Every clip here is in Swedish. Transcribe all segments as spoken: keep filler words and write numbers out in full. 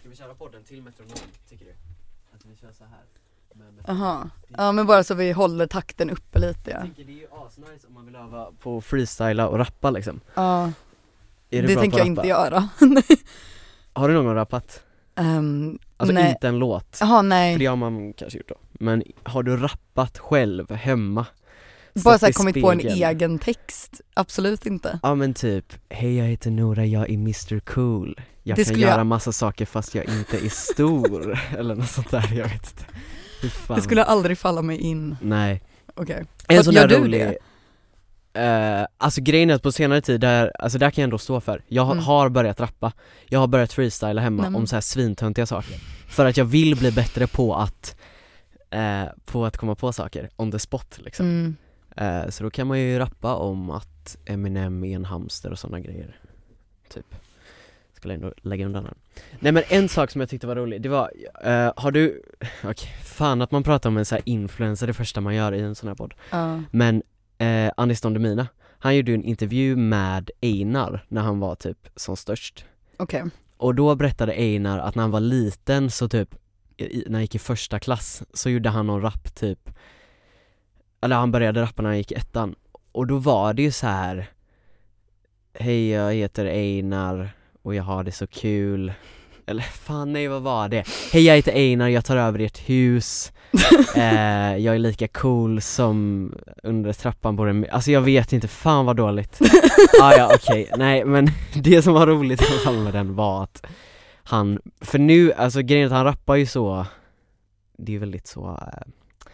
Ska vi köra podden till metronom, tycker du? Att vi kör så här. Jaha, ja men bara så vi håller takten uppe lite. Ja. Jag tänker det är ju asnice om man vill öva på freestyla och rappa liksom. Ja, är det tänker jag rappa? inte göra. Har du någon gång rappat? Um, Alltså nej. inte en låt. Jaha, nej. För det har man kanske gjort då. Men har du rappat själv hemma? Bara så här kommit på en egen text. Absolut inte. Ja men typ, hej jag heter Nora, jag är mister Cool. Jag Det kan skulle göra jag- massa saker fast jag inte är stor. Eller något sånt där, jag vet inte. Fy fan. Det skulle aldrig falla mig in. Nej. Okej. En Vad sån gör där du rolig det? Uh, alltså grejen är att på senare tid där, alltså där kan jag ändå stå för. Jag har, Mm. har börjat rappa. Jag har börjat freestyla hemma Nej, men- om så här svintöntiga saker. För att jag vill bli bättre på att uh, på att komma på saker on the spot liksom. Mm. Uh, så då kan man ju rappa om att Eminem är en hamster och sådana grejer. Typ. Skulle ändå lägga undan den. Nej men en sak som jag tyckte var rolig, det var, uh, har du, okej, okay, fan att man pratar om en så här influencer det första man gör i en sån här podd. Ja. Men eh, Anis Don Demina, han gjorde en intervju med Einar när han var typ som störst. Okej. Och då berättade Einar att när han var liten så typ, i, när han gick i första klass så gjorde han någon rap typ, eller han började rappa när han gick i ettan. Och då var det ju så här: hej jag heter Einar och jag har det så kul. Eller fan nej, vad var det? Hej jag heter Einar, jag tar över ert hus. eh, Jag är lika cool som under trappan på den. Alltså jag vet inte, fan vad dåligt. ah, ja okej, okay. Nej men det som var roligt i alla fall med den var att han, för nu, alltså grejen är att han rappar ju så, det är väldigt så äh,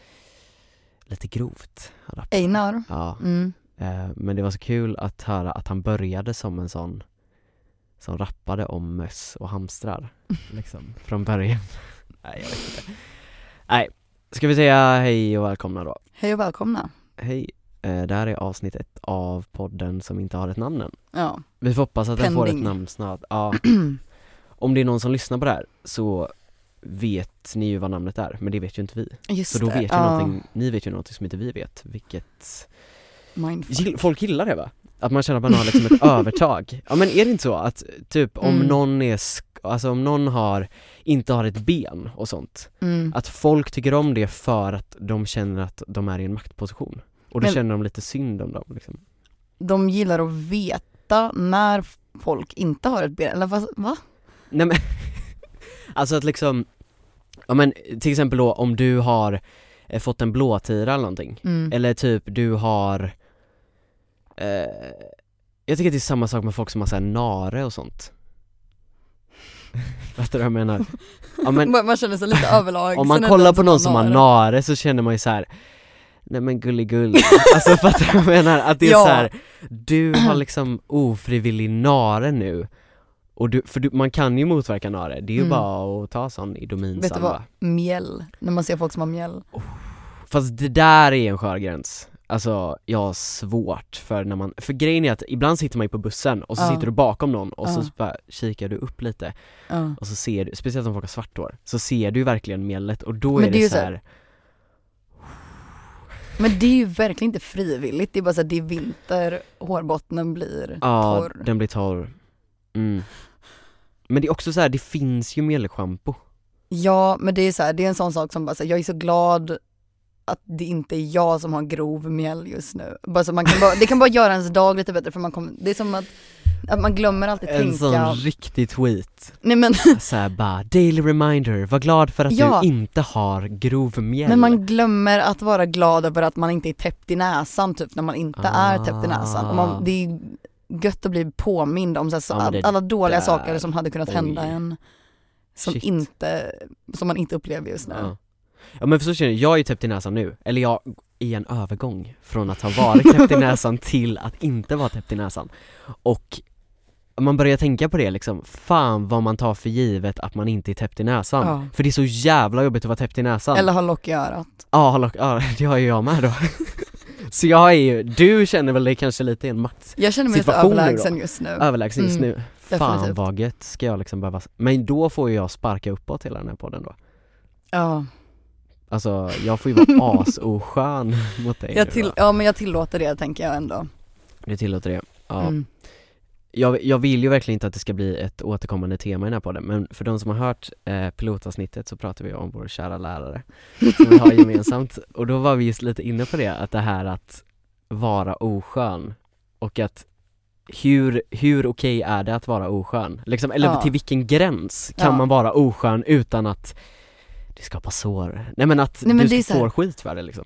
lite grovt han rappar. Einar. Ja, Mm. eh, men det var så kul att höra att han började som en sån som rappade om möss och hamstrar liksom, från början. Nej, jag vet inte. Nej, ska vi säga hej och välkomna då? Hej och välkomna. Hej, eh, det här är avsnitt ett av podden som inte har ett namn än. Ja. Vi får hoppas att den får ett Pending. namn snart. Ja. Om det är någon som lyssnar på det här så vet ni ju vad namnet är, men det vet ju inte vi. Just Så då det. vet ju Ja. någonting, ni vet ju någonting som inte vi vet, vilket Mindfuck. Gill- folk gillar det va? Att man känner att man har liksom ett övertag. Ja men är det inte så att typ om Mm. någon är sk- alltså om någon har inte har ett ben och sånt, Mm. att folk tycker om det för att de känner att de är i en maktposition. Och då Men- känner de lite synd om dem liksom. De gillar att veta när folk inte har ett ben. Eller vad? va? Nej men alltså att liksom, ja men till exempel då om du har eh, fått en blåtira eller någonting. Mm. Eller typ du har eh, jag tycker att det är samma sak med folk som har så här nare och sånt. Vet du vad jag menar? Ja, men, man, man känner sig lite överlag. om man kollar på någon som har nare så känner man ju så här: nej men gulligull. Alltså fattar du vad jag menar? Att det är Ja. så här: du har liksom ofrivillig nare nu. Och du, för du, man kan ju motverka nare. Det är ju Mm. bara att ta sån Vet du idominsalva. vad? Mjäll. När man ser folk som har mjäll. Fast det där är en skör gräns. Alltså jag har svårt för när man, för grejen är att ibland sitter man ju på bussen och så Ja. sitter du bakom någon och Ja. så bara kikar du upp lite Ja. och så ser du, speciellt om folk har svart hår, så ser du verkligen mjället och då Men är det är det ju så så här. Men det är ju verkligen inte frivilligt. Det är bara så att det är vinter, hårbottnen blir Ja, torr. den blir torr. Mm. Men det är också så här, det finns ju mjällschampo. Ja, men det är så här, det är en sån sak som bara så här, jag är så glad att det inte är jag som har grov mjäll just nu. Bara så man kan bara, det kan bara göra ens dag lite bättre, för man kommer, det är som att, att man glömmer alltid En tänka. sån riktig tweet. Nej men, Så här bara, daily reminder, var glad för att Ja. du inte har grov mjäll. men man glömmer att vara glad över att man inte är täppt i näsan typ, när man inte är täppt i näsan. Och man, det är gött att bli påmind om så här, så, Ja, men det alla dåliga där- saker som hade kunnat Oj. hända en. Som Shit. inte, som man inte upplever just nu. Ja. Ja men för så känner jag, jag är ju täppt i näsan nu. Eller jag i en övergång från att ha varit täppt i näsan till att inte vara täppt i näsan. Och man börjar tänka på det liksom, fan vad man tar för givet att man inte är täppt i näsan. Ja. För det är så jävla jobbigt att vara täppt i näsan. Eller ha lock i örat. Ja, har lock- ja, det har ju jag med då. Så jag är ju, du känner väl det kanske lite i en makt Jag känner mig lite situation nu då? överlägsen just nu. överlägsen just Mm, nu. Fan definitivt. vad gött ska jag liksom behöva. Men då får ju jag sparka uppåt hela den här podden då. Ja. Alltså jag får ju vara asoskön mot dig Jag nu till, då. ja men jag tillåter det, tänker jag ändå. Det tillåter det. Ja. Mm. jag, jag vill ju verkligen inte att det ska bli ett återkommande tema i den här podden, men för de som har hört eh, pilotavsnittet så pratar vi om vår kära lärare som vi har gemensamt. Och då var vi just lite inne på det, att det här att vara oskön och att hur, hur okej är det att vara oskön? Liksom, eller Ja. till vilken gräns kan Ja. man vara oskön utan att det skapar sår? Nej men att Nej, men du det är ska så här- få skit för det liksom.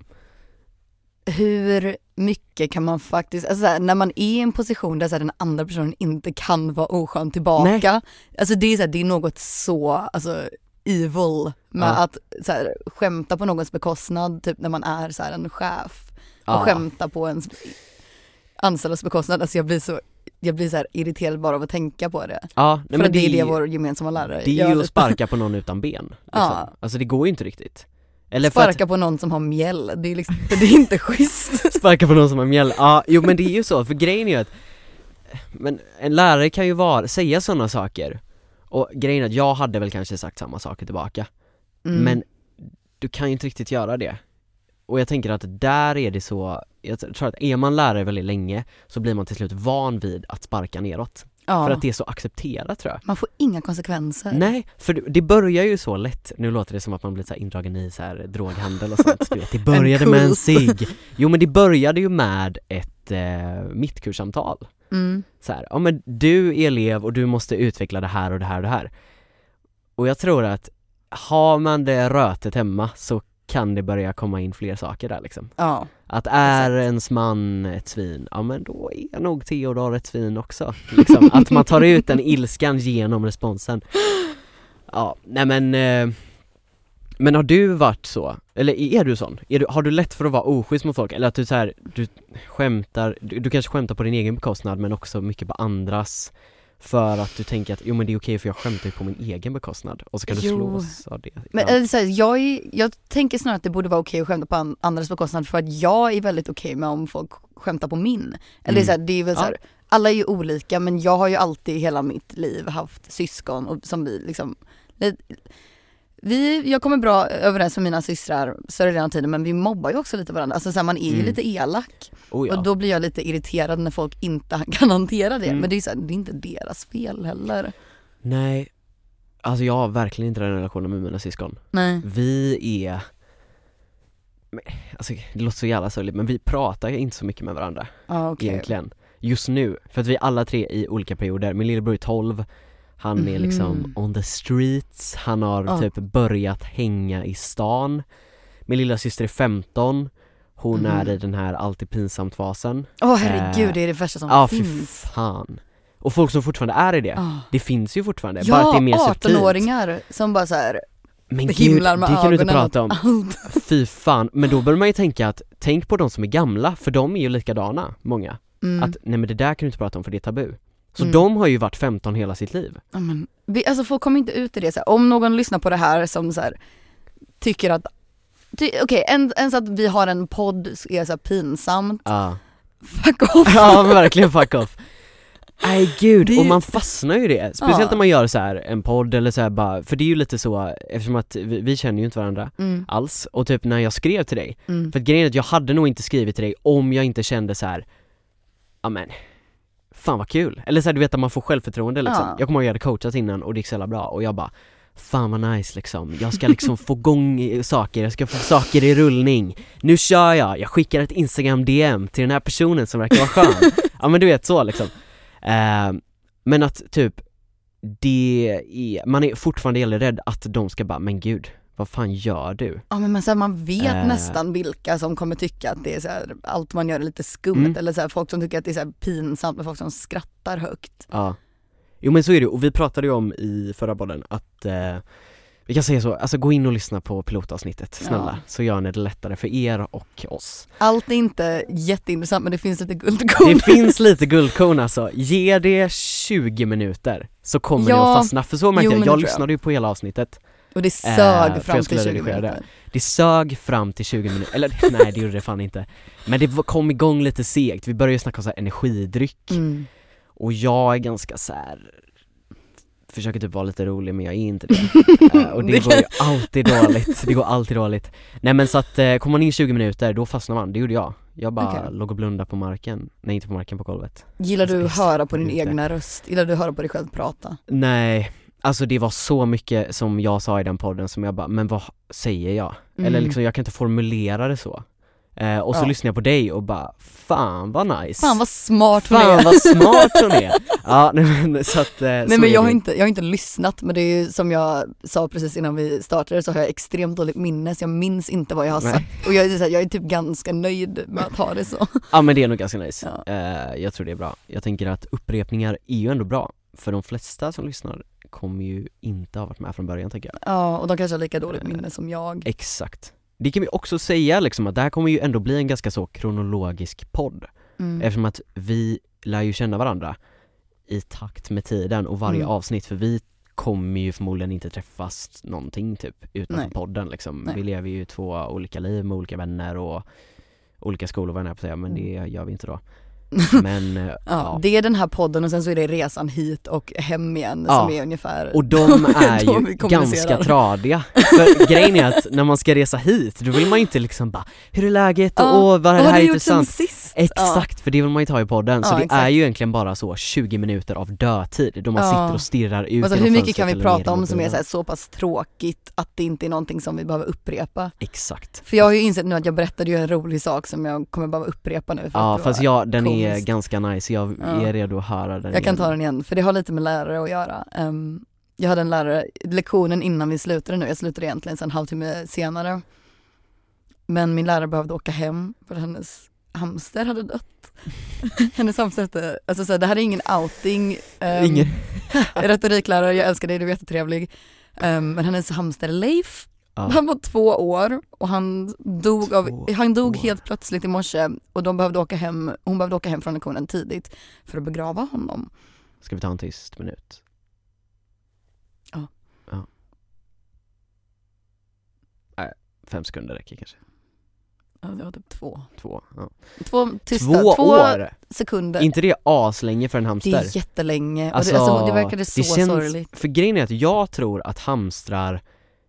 Hur mycket kan man faktiskt, alltså så här, när man är i en position där så här, den andra personen inte kan vara oskön tillbaka. Nej. Alltså det är, så här, det är något så alltså, evil med Ja. att så här, skämta på någons bekostnad, typ när man är så här, en chef. Och Ja. skämta på ens anställdas bekostnad. Alltså jag blir så, jag blir så här irriterad bara av att tänka på det. Ja, nej, För men att det är det ju- vår gemensamma lärare det är gör ju att lite. sparka på någon utan ben liksom. Ja. Alltså det går ju inte riktigt. Eller för Sparka på någon som har mjäll, det är, liksom, det är inte schysst. att sparka på någon som har mjäll. Ja, jo men det är ju så, för grejen är ju att men en lärare kan ju vara, säga sådana saker. Och grejen är att jag hade väl kanske sagt samma saker tillbaka. Mm. Men du kan ju inte riktigt göra det. Och jag tänker att där är det så, jag tror att är man lärare väldigt länge så blir man till slut van vid att sparka neråt. ja. För att det är så accepterat tror jag. Man får inga konsekvenser. Nej, för det- det börjar ju så lätt. Nu låter det som att man blir så här indragen i så här droghandel och sånt. Du vet, det började En med en kult. cigg. Jo men det började ju med ett eh, mittkurssamtal. Mm. Så här, ja men du är elev och du måste utveckla det här och det här och det här. Och jag tror att har man det rötet hemma så kan det börja komma in fler saker där liksom. Ja. Att är Exakt. ens man ett svin, ja men då är nog Theodor ett svin också liksom. Att man tar ut den ilskan genom responsen. Ja, nej men eh, men har du varit så? Eller är du sån? Är du, har du lätt för att vara oschysst mot folk? Eller att du så här, du skämtar, du, du kanske skämtar på din egen bekostnad men också mycket på andras, för att du tänker att jo men det är okej för jag skämtar ju på min egen bekostnad och så kan du Jo. slås av det. Men Ja. eller så här, jag, är, jag tänker snarare att det borde vara okej att skämta på an- andras bekostnad, för att jag är väldigt okej med om folk skämtar på min. Eller det är så här, det är väl Ja. så här, alla är ju olika, men jag har ju alltid i hela mitt liv haft syskon och som vi liksom vi, jag kommer bra överens med mina systrar större delen av tiden, men vi mobbar ju också lite varandra. Alltså så här, man är ju Mm. lite elak. Oh, ja. Och då blir jag lite irriterad när folk inte kan hantera det. Mm. Men det är, så här, det är inte deras fel heller. Nej, alltså jag har verkligen inte den relationen med mina syskon. Nej. Vi är men, alltså det låter så jävla sorgligt, men vi pratar inte så mycket med varandra Ja, okej. egentligen just nu, för att vi är alla tre i olika perioder. Min lillebror är tolv, han är Mhm. liksom on the streets, han har Ja. typ börjat hänga i stan. Min lilla syster är femton, hon Mhm. är i den här alltid pinsamt-fasen. Åh herregud, Eh, det är det värsta som Ja, fy finns. fan. Och folk som fortfarande är i det, Ah. det finns ju fortfarande, bara att det Ja, är mer subtilt. arton-åringar som bara så här Men gud, himlar med det kan du inte ögonen prata om. åt allt. Fy fan, men då bör man ju tänka att tänk på de som är gamla, för de är ju likadana, många. Mm. Att nej men det där kan du inte prata om för det är tabu. Så Mm. de har ju varit femton hela sitt liv. Ja, men, vi, alltså folk kommer inte ut i det så här. Om någon lyssnar på det här som så här, tycker att ty, okej, en, ens att vi har en podd är så här pinsamt. Ja, Fuck off. ja men verkligen fuck off. Nej gud, Det är- och man fastnar ju i det. Speciellt Ja. när man gör så här en podd eller så här bara, för det är ju lite så, eftersom att vi, vi känner ju inte varandra Mm, alls. Och typ när jag skrev till dig, mm. för att grejen är att jag hade nog inte skrivit till dig om jag inte kände så här. Ja men fan vad kul. Eller så här, du vet att man får självförtroende liksom. Ja. Jag kommer ihåg att jag hade coachat innan och det gick så jävla bra. Och jag bara, fan vad nice liksom. Jag ska liksom få igång i- saker, jag ska få saker i rullning. Nu kör jag, jag skickar ett Instagram D M till den här personen som verkar vara skön. Ja men du vet så liksom. Eh, men att typ det är, man är fortfarande väldigt rädd att de ska bara, men gud, vad fan gör du? Ja, men, men så här, man vet Eh. nästan vilka som kommer tycka att det är så här, allt man gör är lite skumt, Mm. eller så här, folk som tycker att det är så här pinsamt med folk som skrattar högt. Ja. Jo men så är det, och vi pratade ju om i förra podden att eh, vi kan säga så, alltså gå in och lyssna på pilotavsnittet, snälla, Ja. så gör ni det lättare för er och oss. Allt är inte jätteintressant, men det finns lite guldkorn. Det finns lite guldkorn alltså, ge det tjugo minuter så kommer Ja. ni att fastna, för så märkte Jo, jag, men det jag tror jag. lyssnade ju på hela avsnittet. Och det Eh, sög för fram jag skulle till tjugo redigera det. minuter. Det sög fram till tjugo minuter, eller nej det gjorde det fan inte. Men det var- kom igång lite segt, vi började ju snacka om så här energidryck. Mm. Och jag är ganska så här, försöker typ vara lite rolig men jag är inte det. Eh, och det Det går kan- ju alltid dåligt, det går alltid dåligt. Nej men så att, eh, kommer man in tjugo minuter då fastnar man, det gjorde jag. Jag bara Okej. låg och blundade på marken. Nej, inte på marken, på golvet. Gillar du att Alltså, höra på din inte. egna röst? Gillar du att höra på dig själv prata? Nej, alltså det var så mycket som jag sa i den podden som jag bara, men vad säger jag? Mm. Eller liksom, jag kan inte formulera det så. Eh, och så Ja. lyssnade jag på dig och bara, fan vad nice. Fan vad smart hon Fan är. vad smart hon är. Ja, nej, men så att eh, Nej så men är jag har, det. inte, jag har inte lyssnat, men det är ju som jag sa precis innan vi startade, så har jag extremt dåligt minne, så jag minns inte vad jag har Nej. sagt. Och jag är, så här, jag är typ ganska nöjd med att ha det så. Ja, men det är nog ganska nice. Ja. Eh, jag tror det är bra. Jag tänker att upprepningar är ju ändå bra. För de flesta som lyssnar kommer ju inte ha varit med från början, tänker jag. Ja, och de kanske har lika dåligt minne som jag. Exakt. Det kan vi också säga liksom, att det här kommer ju ändå bli en ganska så kronologisk podd. Mm. Eftersom att vi lär ju känna varandra i takt med tiden och varje Mm. avsnitt. För vi kommer ju förmodligen inte träffas någonting typ utanför Nej. podden liksom. Nej. Vi lever ju två olika liv med olika vänner och olika skolor, vad jag är på att säga, men det gör vi inte då. Men eh, Ja, ja. det är den här podden och sen så är det resan hit och hem igen Ja. som är ungefär. Och de är Då ju vi kommunicerar. ganska tradiga. För grejen är att när man ska resa hit, då vill man ju inte liksom bara, hur är läget och Ja. åh, vad är det Vad har här du gjort sen intressant? sist? Exakt, för det vill man ju ta i podden. Så Ja, det exakt. är ju egentligen bara så tjugo minuter av dödtid då man Ja. sitter och stirrar ut Ja. Alltså, genom hur mycket fönstret kan vi eller prata ner i om som är mobilen. så, här, så pass tråkigt att det inte är någonting som vi behöver upprepa? Exakt. För jag har ju insett nu att jag berättade ju en rolig sak som jag kommer behöva upprepa nu. För Ja, att det fast var jag, den är komiskt. ganska nice. Jag Ja. är redo att höra den Jag kan igen. ta den igen, för det har lite med lärare att göra. Um, jag hade en lärare, lektionen innan vi slutade nu, jag slutade egentligen en halvtimme senare. Men min lärare behövde åka hem för hennes hamster hade dött. hennes hamster hette, alltså så här, det här är ingen outing. Um, Ingen. retoriklärare, jag älskar dig, du är jättetrevlig. Um, men hennes hamster Leif, Ja. han var två år och han dog, av, Två han dog år. helt plötsligt i morse och de behövde åka hem, hon behövde åka hem från lektionen tidigt för att begrava honom. Ska vi ta en tyst minut? Ja. Ja. Nej, fem sekunder räcker kanske. Ja, det var typ två. Två. Ja. Två tysta, Två, två år! sekunder. Inte det aslänge för en Det hamster? är jättelänge. Alltså, och det, alltså, det verkade så det känns, sorgligt. För grejen är att jag tror att hamstrar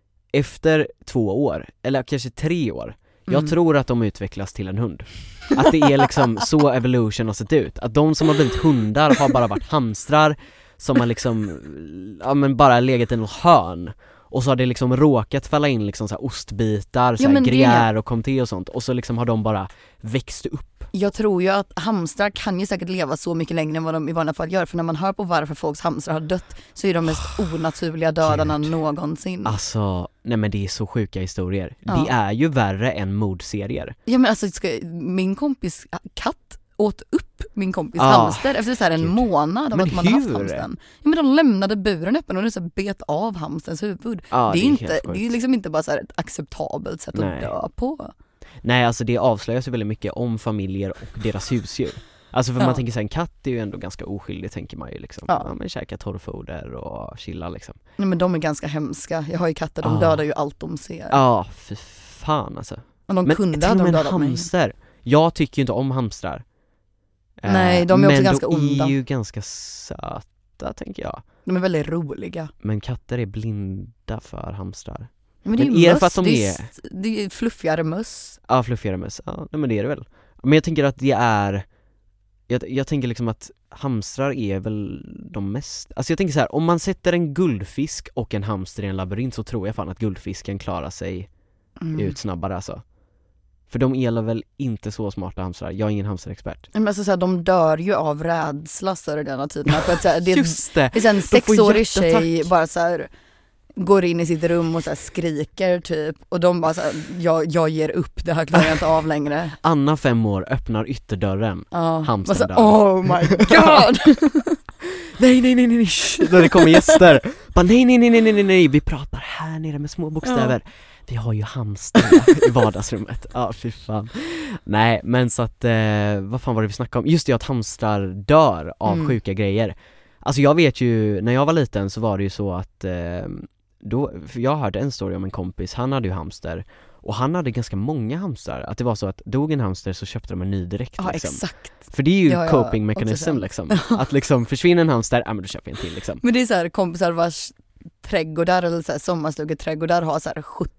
efter två år, eller kanske tre år, jag Mm. tror att de utvecklas till en hund. Att det är liksom så evolution har sett ut. Att de som har blivit hundar har bara varit hamstrar som har liksom, ja men bara legat i något hörn. Och så har det liksom råkat falla in liksom så här ostbitar, så Ja, här men grejen är- gruyère och comté och sånt. Och så liksom har de bara växt upp. Jag tror ju att hamstrar kan ju säkert leva så mycket längre än vad de i vanliga fall gör. För när man hör på varför folks hamstrar har dött så är de mest onaturliga dödarna Gud. någonsin. Alltså, nej men det är så sjuka historier. Ja. Det är ju värre än mordserier. Ja men alltså ska, min kompis katt åt upp min kompis Ah, hamster efter så här en gud. månad av Men att man hade haft hur? hamstern. Ja men de lämnade buren öppen och det så bet av hamsterns huvud. Ja, det är, helt inte, sjukt. det är ju liksom inte bara så här ett acceptabelt sätt Nej. att dö på. Nej, alltså det avslöjas ju väldigt mycket om familjer och deras husdjur. Alltså för Ja. man tänker så här, en katt är ju ändå ganska oskyldig, tänker man ju liksom. Ja. Ja, men käka torrfoder och chilla liksom. Nej men de är ganska hemska. Jag har ju katter, de Ah. dödar ju allt de ser. Ja, för fan alltså. Om de Men kunde till och hade de med en dödat mig. hamster. Jag tycker ju inte om hamstrar. Eh, Nej, de är också men ganska de onda. är ju ganska söta, tänker jag. De är väldigt roliga. Men katter är blinda för hamstrar. Men det är Men ju är det möss, för att de det, är, är- det är fluffigare möss. Ja, fluffigare möss. Ja, nej, men det är det väl. Men jag tänker att det är... Jag, jag tänker liksom att hamstrar är väl de mest... Alltså jag tänker så här, om man sätter en guldfisk och en hamster i en labyrint så tror jag fan att guldfisken klarar sig Mm. ut snabbare alltså. För de är väl inte så smarta hamstrar. Jag är ingen hamsterexpert. Men alltså så här, de dör ju av rädsla större delen av tiden. För att, så här, det, Just det! det är så här, en får sexårig tjej hjärtattack. bara så här, går in i sitt rum och så här, skriker typ. Och de bara så här, jag, jag ger upp, det här klarar jag inte av längre. Anna, fem år, öppnar ytterdörren. Ja. Hamstern Bara så, dör. oh my god! Nej, nej, nej, nej, nej. Shh, när det kommer gäster. Bara, nej, nej, nej, nej, nej, nej. Vi pratar här nere med små bokstäver. Vi har ju hamster i vardagsrummet. Ja, fy fan. Nej, men så att, eh, vad fan var det vi snackade om? Just det, att hamstrar dör av Mm. sjuka grejer. Alltså jag vet ju, när jag var liten så var det ju så att, eh, då, för jag hörde en story om en kompis, han hade ju hamster. Och han hade ganska många hamstrar. Att det var så att dog en hamster så köpte de en ny direkt Ja liksom. exakt. För det är ju Ja, ja, coping också mechanism sant. liksom. Att liksom försvinner en hamster, ja men då köper jag en till liksom. Men det är så här kompisar vars trädgårdar eller så här sommarstugeträdgårdar har så här sjutton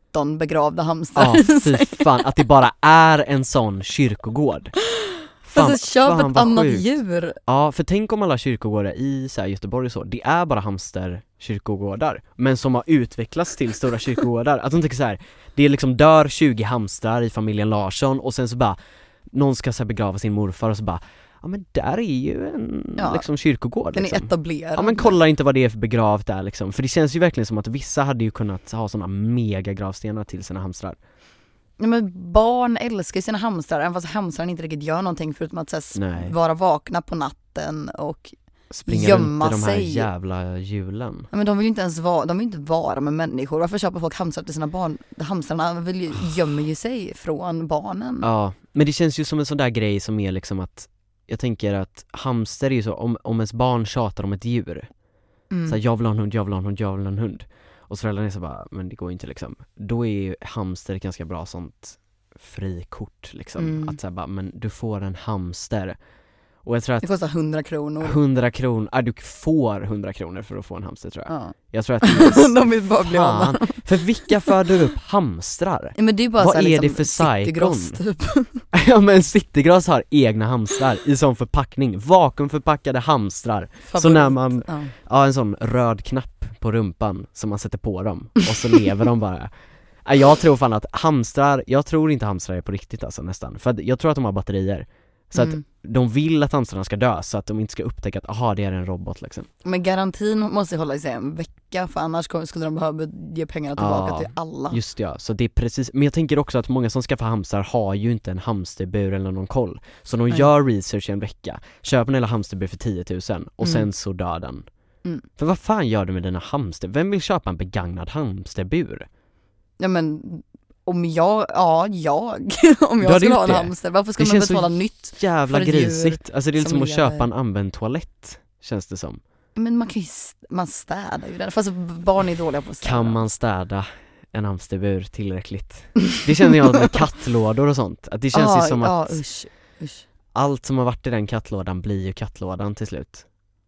nitton begravda hamstrar. Ja, fy fan, att det bara är en sån kyrkogård. Fan, alltså köp fan, ett vad annat sjukt. djur. Ja, för tänk om alla kyrkogårdar i så här, Göteborg och så, det är bara hamsterkyrkogårdar, men som har utvecklats till stora kyrkogårdar. Att de tänker så här, det är liksom dör tjugo hamstrar i familjen Larsson och sen så bara, någon ska så här, begrava sin morfar och så bara, ja men där är ju en Ja, liksom kyrkogård den liksom. är etablerad. Ja men kolla inte vad det är för begravt där liksom, för det känns ju verkligen som att vissa hade ju kunnat ha såna mega gravstenar till sina hamstrar. Ja, men barn älskar ju sina hamstrar, även fast hamstrarna inte riktigt gör någonting förutom att så här, Nej. vara vakna på natten och Springa gömma runt i de här sig. jävla hjulen. Ja, men de vill ju inte ens vara, de vill inte vara med människor. Varför köper folk hamstrar till sina barn? Hamstrarna vill ju, gömmer ju sig från barnen. Ja, men det känns ju som en sån där grej som är liksom att jag tänker att hamster är ju så, om, om ens barn tjatar om ett djur, Mm. så här, jag vill ha en hund, jag vill ha en hund, jag vill ha en hund, och så föräldrarna är så bara, men det går ju inte liksom, då är ju hamster ett ganska bra sånt frikort liksom, Mm. att säga bara, men du får en hamster, och jag tror att Det kostar hundra kronor. hundra kronor, ah, du får hundra kronor för att få en hamster tror jag. Ja. Jag tror att det är De vill bara bli av med. fan, för vilka föder upp hamstrar? Ja, men det är bara Vad så här, är liksom, det för citygross, psykon? typ. Ja men Citygross har egna hamstrar i sån förpackning, vakuumförpackade hamstrar. Så när man, Ja. ja en sån röd knapp på rumpan som man sätter på dem och så lever de bara. Ja, jag tror fan att hamstrar, jag tror inte hamstrar är på riktigt alltså nästan, för att jag tror att de har batterier. Så Mm. att de vill att hamstrarna ska dö så att de inte ska upptäcka att aha, det är en robot liksom. Men garantin måste hålla i sig en vecka, för annars skulle de behöva ge pengarna tillbaka Ja, till alla. Just det, ja, så det är precis, men jag tänker också att många som skaffar hamstrar har ju inte en hamsterbur eller någon koll. Så de Nej. gör research i en vecka, köper en hela hamsterbur för tio tusen och Mm. sen så dör den. Mm. För vad fan gör du med dina hamster? Vem vill köpa en begagnad hamsterbur? Ja, men om jag, ja jag, om Du jag hade skulle ha gjort en det? hamster, varför ska Det man känns så betala nytt? Jävla För ett djur grisigt, alltså det är som som att lever. köpa en använd toalett, känns det som. Men man kan ju, st- man städar ju den, fast barn är dåliga på att städa. Kan man städa en hamsterbur tillräckligt? Det känner jag med kattlådor och sånt, att det känns ah, ju som ja, att usch, usch. allt som har varit i den kattlådan blir ju kattlådan till slut.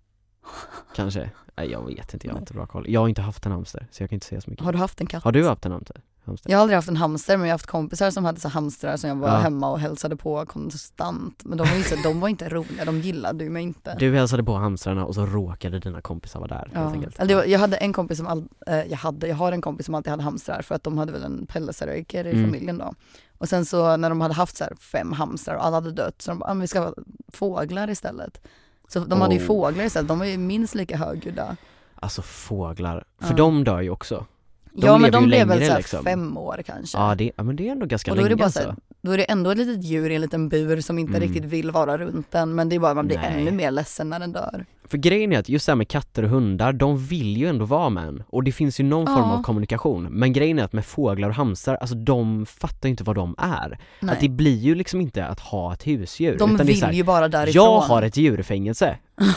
Kanske. Nej, jag vet inte, jag har inte bra koll. Jag har inte haft en hamster, så jag kan inte säga så mycket. Har du haft en katt? Har du haft en hamster? hamster? Jag har aldrig haft en hamster, men jag har haft kompisar som hade så hamstrar som jag var Ja. hemma och hälsade på konstant. Men de var, ju så, de var inte roliga, de gillade ju mig inte. Du hälsade på hamstrarna och så råkade dina kompisar vara där, Ja. helt enkelt. Eller det var, jag hade en kompis som all, eh, jag hade, jag har en kompis som alltid hade hamstrar, för att de hade väl en pälsaröjker i Mm. familjen då. Och sen så när de hade haft så här fem hamstrar och alla hade dött, så de bara, ah, men vi ska ha fåglar istället. Så de hade ju Oh. fåglar istället, de var ju minst lika högljudda. Alltså fåglar, för Ja. de dör ju också. De ja men lever de ju blev väl längre, så här liksom. fem år kanske. Ja, det, ja men det är ändå ganska och då är länge det bara så alltså. här, då är det ändå ett litet djur i en liten bur som inte Mm. riktigt vill vara runt den, men det är bara man blir Nej. ännu mer ledsen när den dör. För grejen är att just det här med katter och hundar, de vill ju ändå vara med en. Och det finns ju någon form Ja. av kommunikation. Men grejen är att med fåglar och hamstrar, alltså de fattar inte vad de är. Nej. Att det blir ju liksom inte att ha ett husdjur. De utan det är vill så här, ju bara därifrån. jag har ett djurfängelse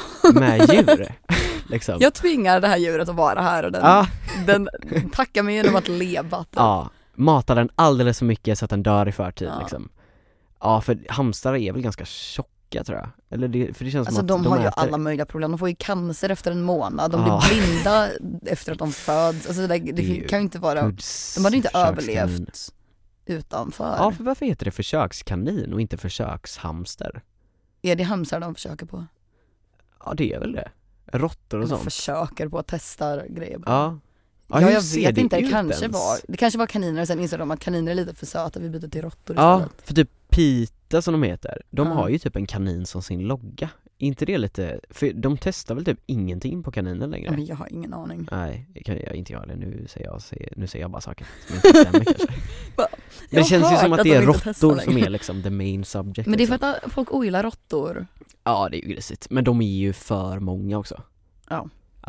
med djur. liksom. Jag tvingar det här djuret att vara här och den, Ja. den tackar mig genom att leva. Typ. Ja, matar den alldeles för mycket så att den dör i förtid Ja. liksom. Ja, för hamstrar är väl ganska tjocka tror jag. Eller det, för det känns Alltså som de, att de har ju äter... alla möjliga problem. De får ju cancer efter en månad. De Ja. blir blinda efter att de föds. Alltså det, det, Det är ju kan ju inte vara... Guds De hade inte försökskanin. överlevt utanför. Ja, för varför heter det försökskanin och inte försökshamster? Är det hamstrar de försöker på? Ja, det är väl det. Råttor och De sånt. försöker på att testa grejer. Ja. Ja, hur jag ser vet inte, det ut kanske ens? var Det kanske var kaniner och sen insåg de att kaniner är lite för söta, vi byter till råttor Ja, istället. för typ Pita som de heter, de Ja. har ju typ en kanin som sin logga. Är inte det lite, för de testar väl typ ingenting på kaninen längre? Ja, men jag har ingen aning. Nej, det kan jag inte göra det. Nu säger jag, säger, nu säger jag bara saker som inte stämmer kanske. Va? Men det Jag känns har ju som hört att det de är inte testar råttor som längre. är liksom the main subject. Men det är för liksom. att folk ogillar råttor. Ja, det är ju grisigt. Men de är ju för många också. Ja.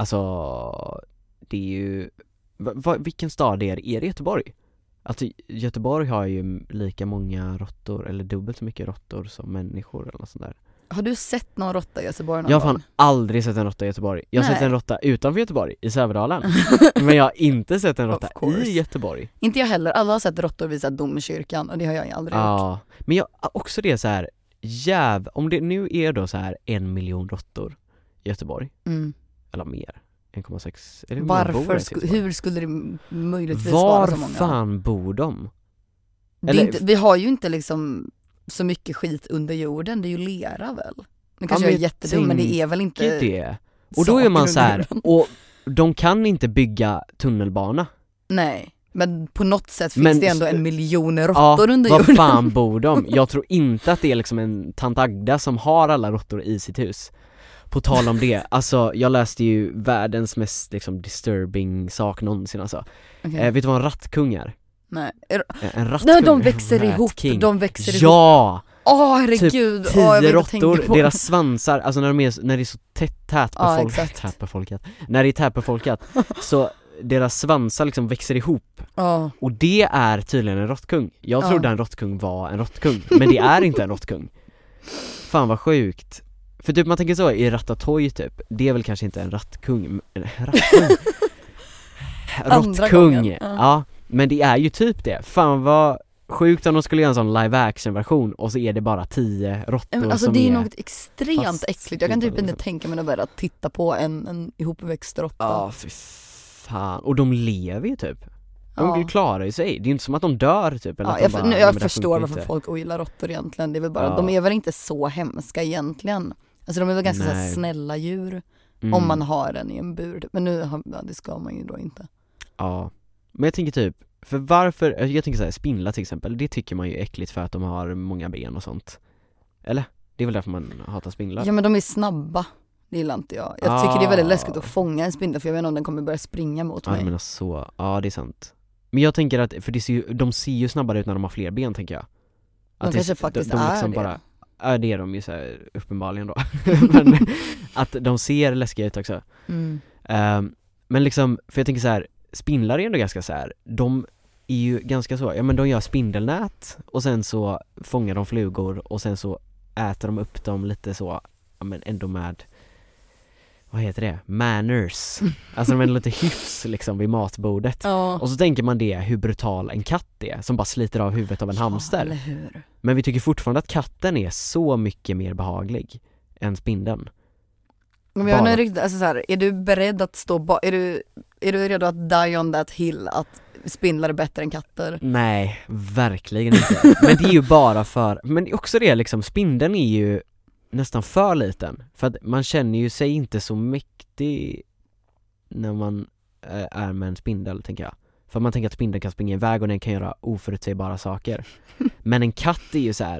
Alltså, det är ju... Va, va, vilken stad är det? Är det Göteborg? Alltså Göteborg har ju lika många råttor, eller dubbelt så mycket råttor som människor eller något sånt där. Har du sett någon råtta i Göteborg någon Jag har gång? fan aldrig sett en råtta i Göteborg. Jag har Nej. sett en råtta utanför Göteborg, i Sävedalen. Men jag har inte sett en råtta Of course. i Göteborg. Inte jag heller. Alla har sett råttor vid så här domkyrkan och det har jag aldrig gjort. Ja, men jag också det så här jäv, om det nu är då så här en miljon råttor i Göteborg, Mm. eller mer. en komma sex. Är det hur många bor Varför, det i sku, Göteborg? hur skulle det möjligtvis Var vara så många? fan bor de? Det är Eller- inte, vi har ju inte liksom så mycket skit under jorden, det är ju lera väl? Nu kanske men jag är jag jättedum, men det är väl inte Gud det. Och då är man saker så här, under jorden. och de kan inte bygga tunnelbana. Nej, men på något sätt finns Men- det ändå en miljon råttor Ja, under var jorden. fan bor de? Jag tror inte att det är liksom en tant Agda som har alla råttor i sitt hus. På tal om det, alltså jag läste ju världens mest liksom disturbing sak någonsin alltså. Okej. Eh, vet du vad en rattkung är? Nej. Är- Eh, En rattkung? Nej, de växer ihop, Ratking. de växer ihop. Ja! Åh herregud, Typ Åh, jag tio vill inte tänka råttor, på deras svansar, alltså när, de är, när det är så tätt, tätt Ja, befolkat, exakt. tätt befolkat, när det är tätbefolkat, så deras svansar liksom växer ihop. Ja. Och det är tydligen en råttkung. Jag Ja. trodde en råttkung var en råttkung, men det är inte en råttkung. Fan vad sjukt. För typ man tänker så, i Ratatouille typ, det är väl kanske inte en rattkung, en rattkung. Andra Råttkung, gången, ja. ja. Men det är ju typ det. Fan vad sjukt om de skulle göra en sån live action version och så är det bara tio råttor Men alltså som det är är... något extremt fast äckligt. Jag kan typ liksom. inte tänka mig att börja titta på en, en ihopväxt råtta. Ja, fy fan. Och de lever ju typ. De Ja. klarar ju sig. Det är ju inte som att de dör typ. Eller Ja, att de jag, bara, nu, "Nej, jag men det här förstår funkar varför inte." folk ogillar råttor egentligen. Det är väl bara, Ja. de är väl inte så hemska egentligen. Alltså de är väl ganska så här Nej. snälla djur. Mm. Om man har den i en bur. Men nu, har- ja, det ska man ju då inte. Ja. Men jag tänker typ, för varför, jag tänker så här, spindlar till exempel, det tycker man ju är äckligt för att de har många ben och sånt. Eller? Det är väl därför man hatar spindlar. Ja men de är snabba. Det gillar inte jag. Jag tycker det är väldigt Ah. läskigt att fånga en spindel, för jag vet inte om den kommer börja springa mot Ja, mig. jag menar så. Ja, det är sant. Men jag tänker att, för det ser ju, de ser ju snabbare ut när de har fler ben, tänker jag. De Att kanske det, faktiskt de, de är liksom det. bara, ja, det är de ju så här, uppenbarligen då. Men att de ser läskiga ut också. Mm. Um, men liksom, för jag tänker så här, spindlar är ändå ganska så här, de är ju ganska så, ja men de gör spindelnät och sen så fångar de flugor och sen så äter de upp dem lite så, ja men ändå med, vad heter det? Manners. Alltså de är lite hyfs liksom vid matbordet. Ja. Och så tänker man det, hur brutal en katt är som bara sliter av huvudet av en Ja, hamster. eller hur? Men vi tycker fortfarande att katten är så mycket mer behaglig än spindeln. Men jag Bara- är riktigt, alltså så här, är du beredd att stå ba- är du är du redo att die on that hill att spindlar är bättre än katter? Nej, verkligen inte. Men det är ju bara för, men också det liksom, spindeln är ju nästan för liten. För att man känner ju sig inte så mäktig när man eh, är med en spindel, tänker jag. För man tänker att spindeln kan springa iväg och den kan göra oförutsägbara saker. Men en katt är ju så här,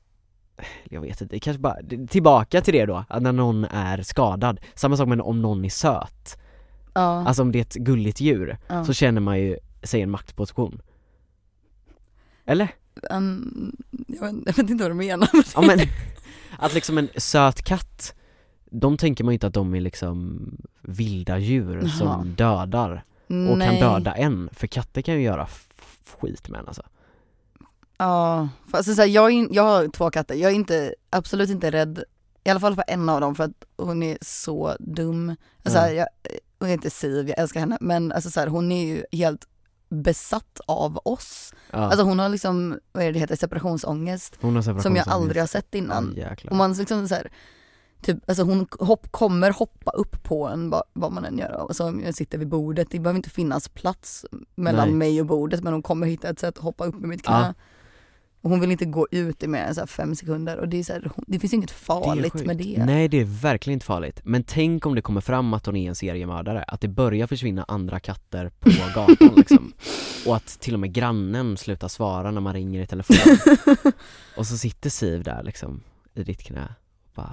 jag vet inte, det kanske bara, tillbaka till det då, att när någon är skadad. Samma sak med om någon är söt. Ja. Alltså om det är ett gulligt djur, Ja. så känner man ju sig i en maktposition. Eller? Um, jag, vet, jag vet inte vad du menar. Ja men, att liksom en söt katt, de tänker man ju inte att de är liksom vilda djur Jaha. som dödar och Nej. kan döda en. För katter kan ju göra f- skit med en alltså. Ja, för alltså så här, jag, är in, jag har två katter. Jag är inte, absolut inte rädd, i alla fall för en av dem, för att hon är så dum. Alltså, Ja. här, jag, hon är inte Siv, jag älskar henne, men alltså, så här, hon är ju helt besatt av oss. Ja, Alltså hon har liksom, vad är det, det heter, separationsångest, hon har som jag separationsångest. aldrig har sett innan. Ja, jäklar. Och man liksom så här, typ, alltså hon hopp, kommer hoppa upp på en vad, vad man än gör. Och så om jag sitter vid bordet, det behöver inte finnas plats mellan Nej. mig och bordet, men hon kommer hitta ett sätt att hoppa upp med mitt knä. Ja. Och hon vill inte gå ut i mer än så här fem sekunder. Och det är så här, hon- det finns inget Det är farligt sjukt. med det. Nej, det är verkligen inte farligt. Men tänk om det kommer fram att hon är en seriemördare, att det börjar försvinna andra katter på gatan liksom. Och att till och med grannen slutar svara när man ringer i telefon. Och så sitter Siv där liksom i ditt knä och bara,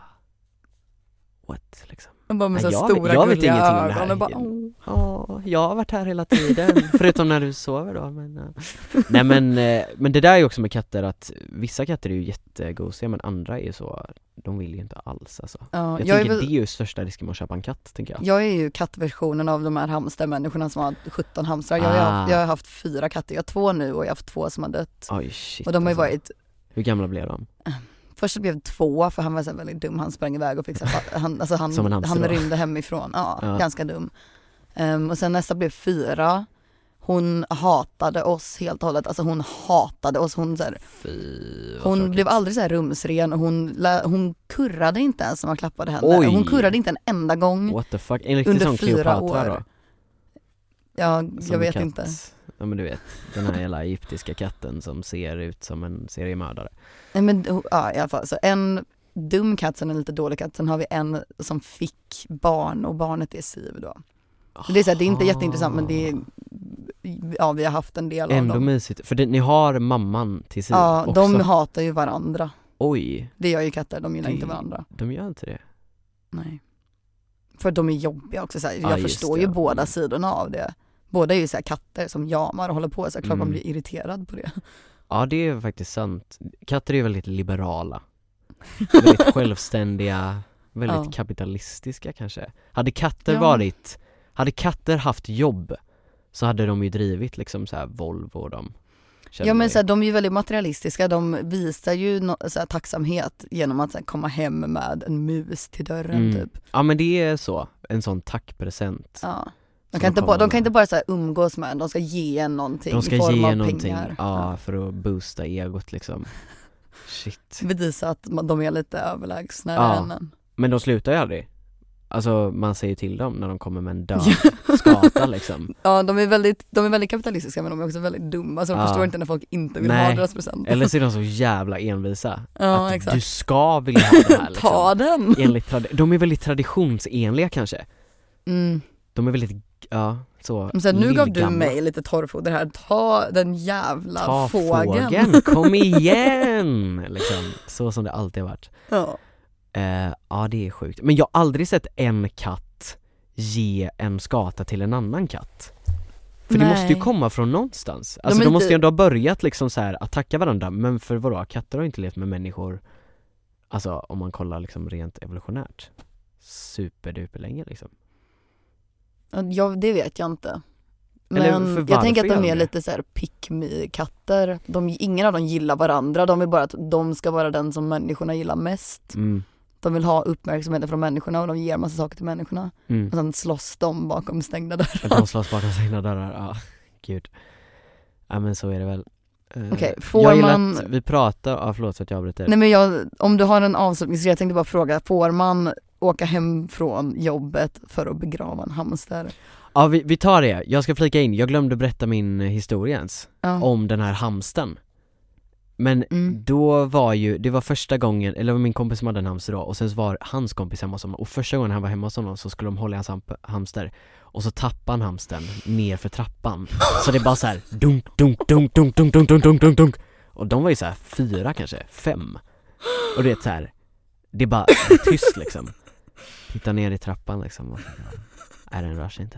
what liksom. Och bara med så Nej, här jag vet- stora jag vet gulliga ingenting om det här. ögon och bara, oh. Ja, jag har varit här hela tiden. Förutom när du sover då, men, ja. Nej men, eh, men det där är ju också med katter, att vissa katter är ju jättegosiga, men andra är ju så, de vill ju inte alls alltså. Ja, Jag, jag, är tänker väl, det är ju största risken med att köpa en katt, tänker jag. jag är ju kattversionen av de här hamstermänniskorna som har sjutton hamstrar. Jag, har, Ah. jag har haft fyra katter, jag har två nu och jag har haft två som har dött. Oj shit. Och de har ju alltså. varit, Hur gamla blev de? först blev det två för han var så här väldigt dum, han sprang iväg och fick så här, han, alltså han, Som en hamster han då. rymde hemifrån, ja, Ja. ganska dum. Um, och sen nästa blev fyra. hon hatade oss helt och hållet. Alltså hon hatade oss. Hon, så här, Fy, vad hon tråkigt. blev aldrig så här rumsren. Hon, lä- hon kurrade inte ens när man klappade henne. Oj. Hon kurrade inte en enda gång. What the fuck, en riktig Under sån fyra Kleopatra år. då? Ja, Som jag vet katt. inte. Ja men du vet, den här hela egyptiska katten som ser ut som en seriemördare. Nej, men, ja, i alla fall. Så en dum katt, sen en lite dålig katt. Sen har vi en som fick barn och barnet är Siv då. Så det är, så här, det är inte jätteintressant men det är, ja, vi har haft en del Ändå av dem. mysigt, för det, ni har mamman till Siv Ja, också. de hatar ju varandra. Oj, Det gör ju katter, de gillar Det- inte varandra. de gör inte det. Nej. För de är jobbiga också. Så här. Ja, Jag just förstår det, ju ja. båda Mm. sidorna av det. Båda är ju så här katter som jamar och håller på. Så här, klart man Mm. blir irriterad på det. Ja det är faktiskt sant. Katter är ju väldigt liberala. Väldigt självständiga, väldigt Ja. kapitalistiska kanske. Hade katter Ja. varit, hade katter haft jobb så hade de ju drivit liksom så här Volvo och de. Ja men så här, de är ju väldigt materialistiska. De visar ju no, så här, tacksamhet genom att så här, komma hem med en mus till dörren Mm. typ. Ja men det är så, en sån tackpresent. Ja. De Som kan, inte kommer bara, de kan med. inte bara så här, umgås med en, de ska ge en någonting De ska i form ge av någonting, pengar. ja, för att boosta egot liksom. Shit. Bevisa att man- de är lite överlägsna Ja. än en. Men de slutar ju aldrig. Alltså man säger till dem när de kommer med en död skata liksom. Ja, de är, väldigt, de är väldigt kapitalistiska men de är också väldigt dumma så de Ja. förstår inte när folk inte vill Nej. ha deras present. Eller så är de så jävla envisa. Ja, att exakt. du ska vilja ha det här liksom. Ta den! Enligt trad- de är väldigt traditionsenliga kanske. Mm. De är väldigt, ja, så Men så här, nu gav du lillgamla. mig lite torrfoder här, ta den jävla Ta fågeln. fågeln, kom igen! Liksom. Så som det alltid har varit. Ja. Eh, ja det är sjukt. Men jag har aldrig sett en katt ge en skata till en annan katt. För det Nej. måste ju komma från någonstans. Alltså är de inte- måste ju ändå ha börjat liksom så här attacka varandra. Men för vadå? Katter har inte levt med människor. Alltså om man kollar liksom rent evolutionärt. Superduper länge liksom. Ja, det vet jag inte. Eller för Men varför jag tänker att gör de de är det? lite så här pick me-katter. De, ingen av dem gillar varandra. De vill bara att de ska vara den som människorna gillar mest. Mm. De vill ha uppmärksamhet från människorna och de ger massa saker till människorna. Mm. Och sen slåss de bakom stängda dörrar. Att de slåss bakom sina dörrar, ja, gud. Ja men så är det väl. Eh, Okej, får jag gillar man- att vi pratar, ja förlåt för att jag avbryter. Nej men jag, om du har en avslutningsgrej, jag tänkte bara fråga, får man åka hem från jobbet för att begrava en hamster? Ja vi, vi tar det, jag ska flika in, jag glömde berätta min historia ens. Ja. Om den här hamsten. Men Mm. då var ju, det var första gången, eller det var min kompis som hade en hamster då, och sen så var hans kompis hemma hos honom, och första gången han var hemma hos honom så skulle de hålla i hans hamp- hamster, och så tappade han hamstern ner för trappan. Så det bara så här dunk, dunk, dunk, dunk, dunk, dunk, dunk, dunk, dunk, dunk. Och de var ju så här fyra kanske, fem. Och det är så här, det är bara tyst liksom. Titta ner i trappan liksom, och, är den rör sig inte.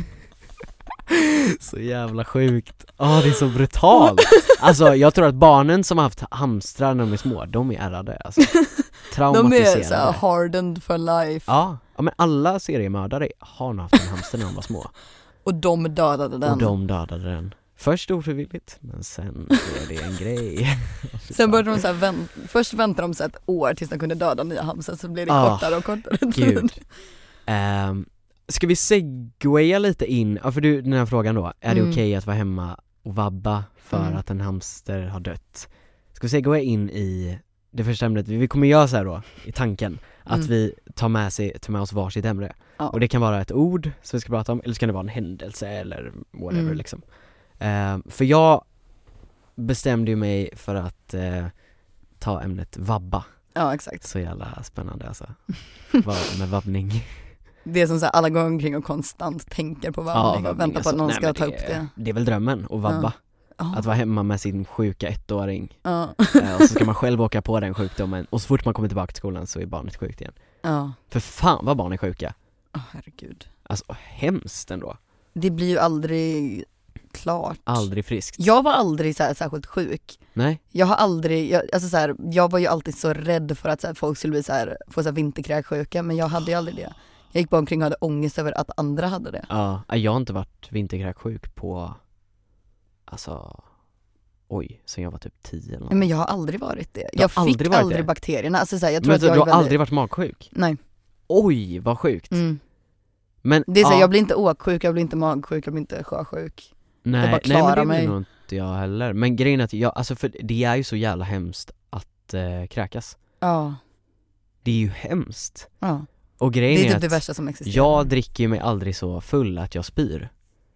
Så jävla sjukt. Åh, det är så brutalt. Alltså jag tror att barnen som har haft hamstrar när de är små, de är ärrade alltså. De Traumatiserade. är så här hardened for life. Ja, ja, men alla seriemördare har nog haft en hamster när de var små. Och de dödade den. Och de dödade den. Först ofrivilligt, men sen är det en grej. Sen började de så här vänt, först väntade de så ett år tills de kunde döda nya hamster, så blev det Ah, kortare och kortare tid. Gud. Um, ska vi segwaya lite in, ja, för du, den här frågan då, är det Mm. okej att vara hemma och vabba för Mm. att en hamster har dött? Ska vi segwaya in i det första ämnet? Vi kommer göra så här då, i tanken, att Mm. vi tar med, sig, tar med oss varsitt ämne. Ja. Och det kan vara ett ord som vi ska prata om, eller så kan det vara en händelse eller whatever Mm. liksom. Ehm, för jag bestämde ju mig för att eh, ta ämnet vabba. Ja, exakt. Så jävla spännande alltså. Vad med vabbning. Det är som så här, alla går omkring och konstant tänker på vabbning och väntar på att någon Nej, ska men ta det, upp det. Det är väl drömmen, att vabba. Ja. Att vara hemma med sin sjuka ettåring. Ja. Eh, och så ska man själv åka på den sjukdomen. Och så fort man kommer tillbaka till skolan så är barnet sjukt igen. Ja. För fan vad barn är sjuka. Åh, herregud. Alltså hemskt ändå. Det blir ju aldrig klart. Aldrig friskt. Jag var aldrig så här särskilt sjuk. Nej. Jag har aldrig, jag, alltså så här, jag var ju alltid så rädd för att så här, folk skulle bli så här, få så här vinterkräksjuka, men jag hade ju aldrig det. Jag gick bara omkring och hade ångest över att andra hade det. Ja, jag har inte varit vinterkräksjuk på, alltså, oj, sen jag var typ tio eller något. Men jag har aldrig varit det. har Jag fick aldrig aldrig, varit det? bakterierna. Alltså så här, jag tror Men att du, jag du är har väldigt... aldrig varit magsjuk? Nej. Oj, vad sjukt. Mm. Men, Det är så här, ja, jag blir inte åksjuk, jag blir inte magsjuk, jag blir inte sjösjuk. Nej, jag bara nej men klarar det mig. blir nog inte jag heller. Men grejen är att jag, alltså för det är ju så jävla hemskt att eh, kräkas. Ja, Det är ju hemskt. ja. Och grejen Det är är, typ att det värsta som existerar. jag dricker ju mig aldrig så full att jag spyr.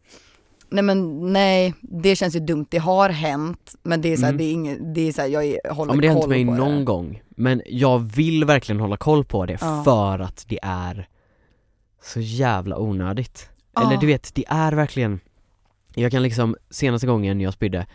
Nej men nej, det känns ju dumt. Det har hänt, men det är så här, Mm. det är inget, det är så här, jag är, håller Ja men det har koll hänt mig på någon det. gång. Men jag vill verkligen hålla koll på det Ja. för att det är så jävla onödigt. Ja. Eller du vet, det är verkligen, jag kan liksom, senaste gången jag spydde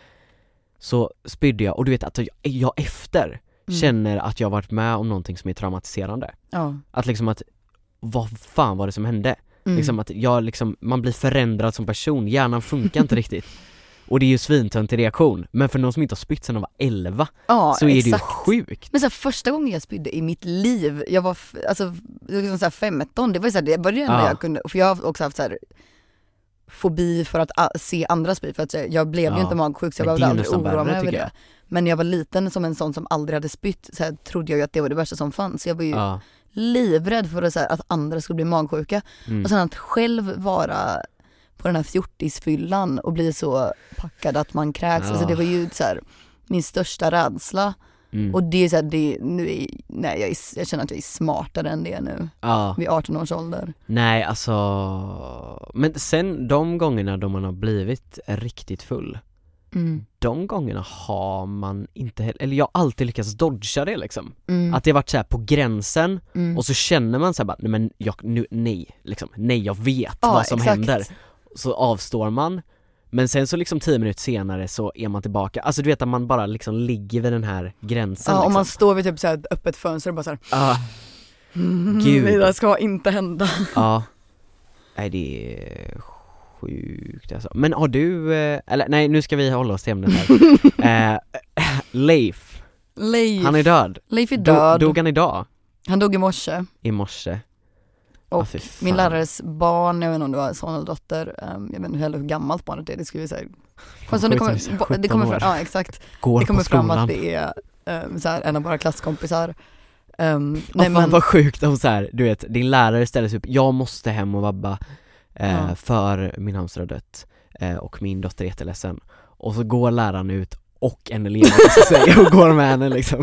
så spydde jag, och du vet att jag, jag efter Mm. känner att jag varit med om någonting som är traumatiserande. Ja. Att liksom att, vad fan var det som hände? Mm. Liksom att jag liksom, man blir förändrad som person, hjärnan funkar inte riktigt. Och det är ju svintöntig reaktion, men för någon som inte har spytt sedan de var elva Ja, så är exakt. det ju sjukt. Men så här, första gången jag spydde i mitt liv, jag var f- alltså liksom så här femton, det var ju så här, det var det enda Ja. jag kunde, för jag har också haft så här fobi för att a- se andra spy, för att så här, jag blev ju Ja. inte magsjuk så jag Men det behövde är ju aldrig nästan oroa mig värre, över tycker det. Men när jag var liten som en sån som aldrig hade spytt så här, trodde jag ju att det var det värsta som fanns. Jag var ju Ja. livrädd för att, så här, att andra skulle bli magsjuka. Mm. Och sen att själv vara på den här fjortisfyllan och bli så packad att man kräks. Ja. Alltså det var ju så här, min största rädsla. Mm. Och det är så här, det, nu är, nej, jag, är, jag känner att jag är smartare än det nu. Ja. Vid arton års ålder. Nej, alltså, men sen de gångerna då man har blivit riktigt full, Mm. de gångerna har man inte heller, eller jag har alltid lyckats dodga det liksom. Mm. Att det har varit så här på gränsen, Mm. och så känner man så här bara, nej men jag, nu, nej, liksom, nej jag vet Ja, vad som exakt. händer. Så avstår man, men sen så liksom tio minuter senare så är man tillbaka. Alltså du vet att man bara liksom ligger vid den här gränsen Ja, liksom. om man står vid typ så här ett öppet fönster och bara så här, Ja, mm, Gud. det där ska inte hända. ja. Nej det är sjukt alltså. Men har du, eh, eller nej nu ska vi hålla oss till ämnet här. eh, Leif, Leif, han är död. Leif är Do- död. Dog han idag? Han dog i morse. I morse. Och Ah, fy fan. min lärares barn, jag vet inte om det var son eller dotter, um, jag vet inte heller hur gammalt barnet är, det skulle vi säga. Fan, Så det sjukt, kommer, så här bo- det kommer sjutton fram, år. ja exakt. Går Det kommer på fram skolan. att det är um, så här, en av våra klasskompisar. Um, Nej, nej fan men, vad sjukt om så här, du vet, din lärare ställer sig upp, jag måste hem och vabba eh, Ja. för min hamster har dött eh, och min dotter är jätteledsen. Och så går läraren ut och en elev säger och går med henne liksom.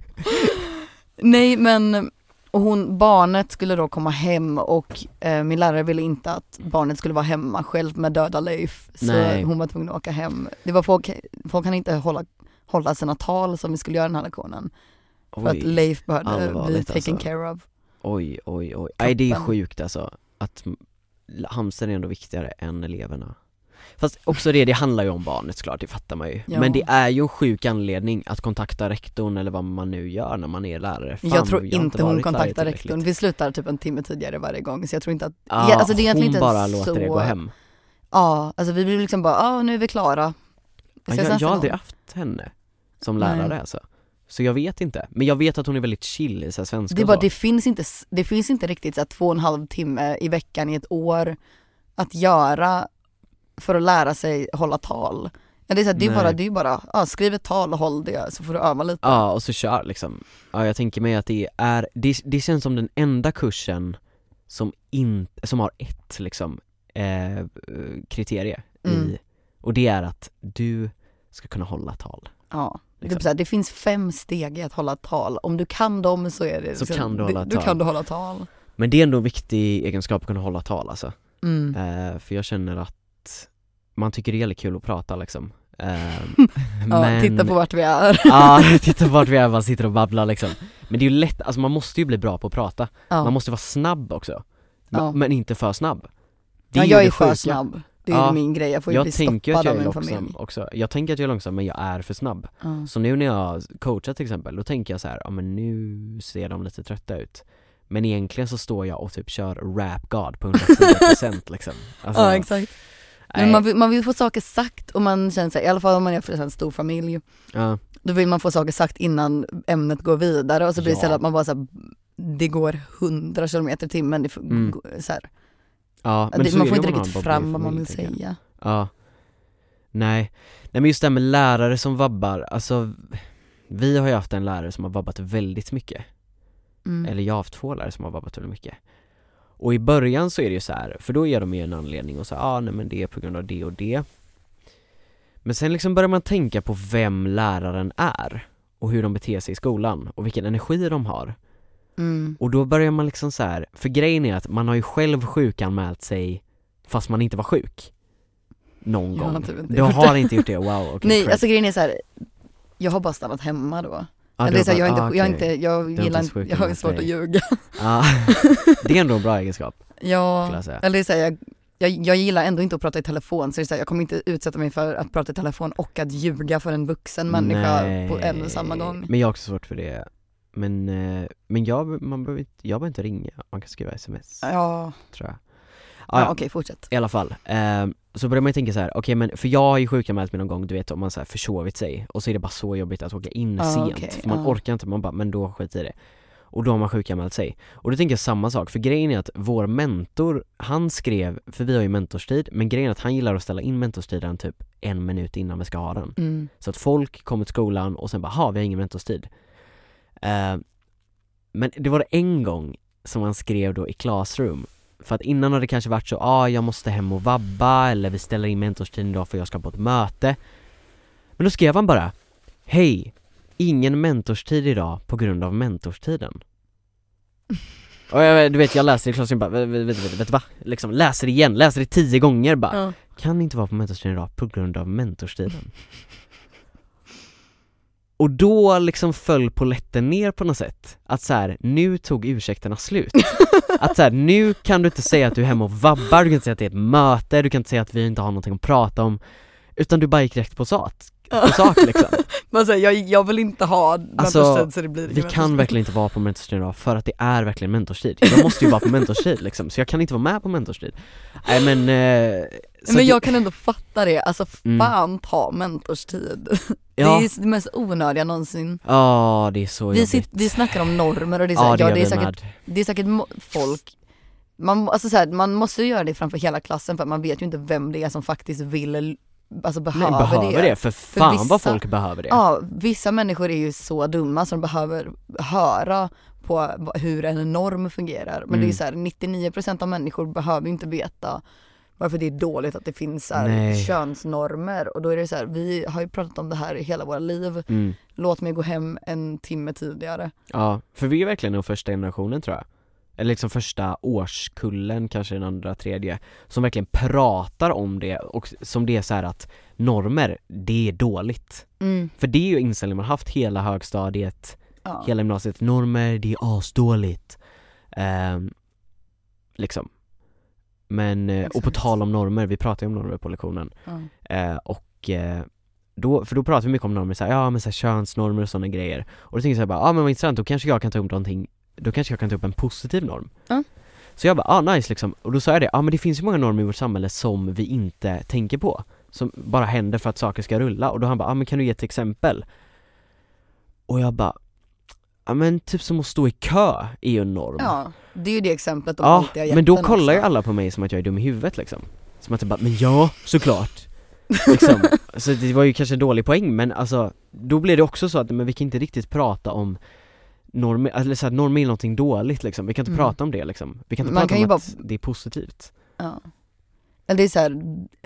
nej men, och hon, barnet skulle då komma hem och eh, min lärare ville inte att barnet skulle vara hemma själv med döda Leif. Så Nej. hon var tvungen att åka hem. Det var folk, folk kan inte hålla, hålla sina tal som vi skulle göra den här lektionen. För att Leif behövde bli allvarligt, taken alltså. care of. Oj, oj, oj. Nej, det är Toppen. sjukt alltså. Att m- hamstern är ändå viktigare än eleverna. Fast också det, det handlar ju om barnet såklart, det fattar man ju. Ja. Men det är ju en sjuk anledning att kontakta rektorn eller vad man nu gör när man är lärare. Fan, Jag tror jag har inte hon varit kontaktar lärare rektorn. tillräckligt. Vi slutar typ en timme tidigare varje gång. Så jag tror inte att, Ja, ja, alltså det är egentligen hon inte bara så... låter det gå hem. Ja, alltså vi blir liksom bara, ja ah, nu är vi klara. Ja, Ses jag, nästa jag har aldrig gång. haft henne som lärare Nej. alltså. Så jag vet inte. Men jag vet att hon är väldigt chill i så här svenska Det är och bara, så. det finns inte, det finns inte riktigt så här, två och en halv timme i veckan i ett år att göra för att lära sig hålla tal. Ja, det är så här, det är Nej. bara, det är bara, ja, skriv ett tal och håll det så får du öva lite. Ja, och så kör liksom. Ja, jag tänker mig att det är, det, det känns som den enda kursen som inte, som har ett liksom eh, kriterie Mm. i, och det är att du ska kunna hålla tal. Ja. Liksom. Typ så här, det finns fem steg i att hålla tal. Om du kan dem så är det Så kan du hålla du, tal. du kan du hålla tal. Men det är ändå en viktig egenskap att kunna hålla tal alltså. Mm. Eh, för jag känner att man tycker det är jävligt kul att prata liksom. Eh, Ja, titta på vart vi är. Ja, titta på vart vi är, man sitter och babblar liksom. Men det är ju lätt, alltså man måste ju bli bra på att prata. Ja. Man måste vara snabb också. Men, Ja. men inte för snabb. Det Ja, ju jag det är för sjuka. snabb. Det är Ja. min grej, jag får ju Jag bli tänker att stoppad jag av är min långsam familj. också. Jag tänker att jag är långsam, men jag är för snabb. Ja. Så nu när jag coachar till exempel, då tänker jag så här, ja men nu ser de lite trötta ut. Men egentligen så står jag och typ kör rap god på hundratio procent liksom. Alltså, Ja, exakt. Men nej. man vill, man vill få saker sagt och man känner sig, i alla fall om man är för en stor familj, Ja. då vill man få saker sagt innan ämnet går vidare och så blir det Ja. så här att man bara så här, det går hundra kilometer i timmen, det får, Mm. så här. Ja, men Det, så man är får det inte om man riktigt har en fram vad man familj, vill tänker jag. säga. Ja. Nej. Nej men just det här med lärare som vabbar, alltså vi har ju haft en lärare som har vabbat väldigt mycket. Mm. Eller jag har haft två lärare som har vabbat väldigt mycket. Och i början så är det ju så här, för då ger de ju en anledning och så ja ah, nej men det är på grund av det och det. Men sen liksom börjar man tänka på vem läraren är och hur de beter sig i skolan och vilken energi de har. Mm. Och då börjar man liksom så här, för grejen är att man har ju själv sjukanmält sig fast man inte var sjuk. Någon Jag har gång. typ inte Du gjort har det. inte gjort det, wow. Okay, Nej, cred. alltså grejen är så här. Jag har bara stannat hemma då. Ah, Eller du så här, har jag, bara- har inte, ah, jag, har okej. inte, jag inte gillar ens inte, sjuk jag har ju med svårt att dig. ljuga. Ah, det är ändå en bra egenskap. Ja, skulle jag säga. eller så här, jag, jag, jag gillar ändå inte att prata i telefon, så det är så här, jag kommer inte utsätta mig för att prata i telefon och att ljuga för en vuxen människa Nej. på en och samma gång. Men jag har också svårt för det. Men, eh, men jag, man behöver inte, jag behöver inte ringa, man kan skriva sms, Ja, tror jag. ja, Ah, ja. okej, fortsätt. I alla fall, eh, så börjar man ju tänka så här, okej men för jag har ju sjukanmält mig någon gång, du vet om man så här försovit sig och så är det bara så jobbigt att åka in Ah, sent, okej, för man ah. orkar inte, man bara, men då skit i det. Och då har man sjukanmält sig. Och då tänker jag samma sak, för grejen är att vår mentor, han skrev, för vi har ju mentorstid, men grejen är att han gillar att ställa in mentorstiden typ en minut innan vi ska ha den. Mm. Så att folk kommer till skolan och sen bara, ha vi har ingen mentorstid. Eh, men det var det en gång som han skrev då i Classroom. För att innan har det kanske varit så, ja ah, jag måste hem och vabba, eller vi ställer in mentorstiden idag för jag ska på ett möte. Men då skrev han bara, hej, ingen mentorstid idag på grund av mentorstiden. Och jag, du vet, jag läser i Classroom bara, vet, vet, vet, vet du vad? Liksom, läser det igen, läser det tio gånger bara. Ja. Kan inte vara på mentorstiden idag på grund av mentorstiden. Och då liksom föll polletten ner på något sätt. Att så här, nu tog ursäkterna slut. Att så här, nu kan du inte säga att du är hemma och vabbar, du kan inte säga att det är ett möte, du kan inte säga att vi inte har någonting att prata om, utan du bara gick direkt på sak, på sak liksom. Men så här, jag, jag vill inte ha Alltså, mentorstid så det blir Vi kan verkligen inte vara på mentorstid idag för att det är verkligen mentorstid. Jag måste ju vara på mentorstid liksom, så jag kan inte vara med på mentorstid. Nej men eh, så Men att- jag kan ändå fatta det, alltså Mm. fan ta mentorstid. Ja. Det är det mest onödiga någonsin. Ja, det är så Vi, jobbigt. sit, vi snackar om normer och det är, så Ja, här, det ja, gör det är vi säkert, med. det är säkert mo- folk man, alltså så här, man måste ju göra det framför hela klassen för man vet ju inte vem det är som faktiskt vill, alltså behöver, Nej, behöver det. det, för fan vissa- vad folk behöver det. Ja, vissa människor är ju så dumma som behöver höra på vad- hur en norm fungerar. Men Mm. det är så här, nittionio procent av människor behöver inte veta varför det är dåligt att det finns så här Nej. könsnormer. Och då är det så här, vi har ju pratat om det här i hela våra liv. Mm. Låt mig gå hem en timme tidigare. Ja, för vi är verkligen den första generationen tror jag. Eller liksom första årskullen, kanske den andra, tredje, som verkligen pratar om det och som det är så här att normer, det är dåligt. Mm. För det är ju inställningen man haft hela högstadiet, Ja. hela gymnasiet. Normer, det är asdåligt. Ehm, liksom. Men, eh, och på Exakt. tal om normer, vi pratar ju om normer på lektionen. Ja. Eh, och eh, då, för då pratar vi mycket om normer, så här, ja men så här, könsnormer och sådana grejer. Och då tänker jag så här, bara, ja ah, men vad intressant, då kanske jag kan ta upp någonting, då kanske jag kan ta upp en positiv norm. Ja. Så jag bara, ah nice liksom. Och då sa jag det, ja ah, men det finns ju många normer i vårt samhälle som vi inte tänker på, som bara händer för att saker ska rulla. Och då han bara, ja ah, men kan du ge ett exempel? Och jag bara, ja ah, men typ som att stå i kö är ju en norm. Ja, det är ju det exemplet de Ja, alltid har gett men då den kollar ju också. alla på mig som att jag är dum i huvudet liksom. Som att jag bara, men ja, såklart. liksom. Så det var ju kanske en dålig poäng, men alltså då blir det också så att men vi kan inte riktigt prata om norm, eller så här, norm är någonting dåligt liksom. Vi kan inte Mm. prata om det liksom. Vi kan inte Man prata kan om ju att det är positivt. Ja. Eller det är så här,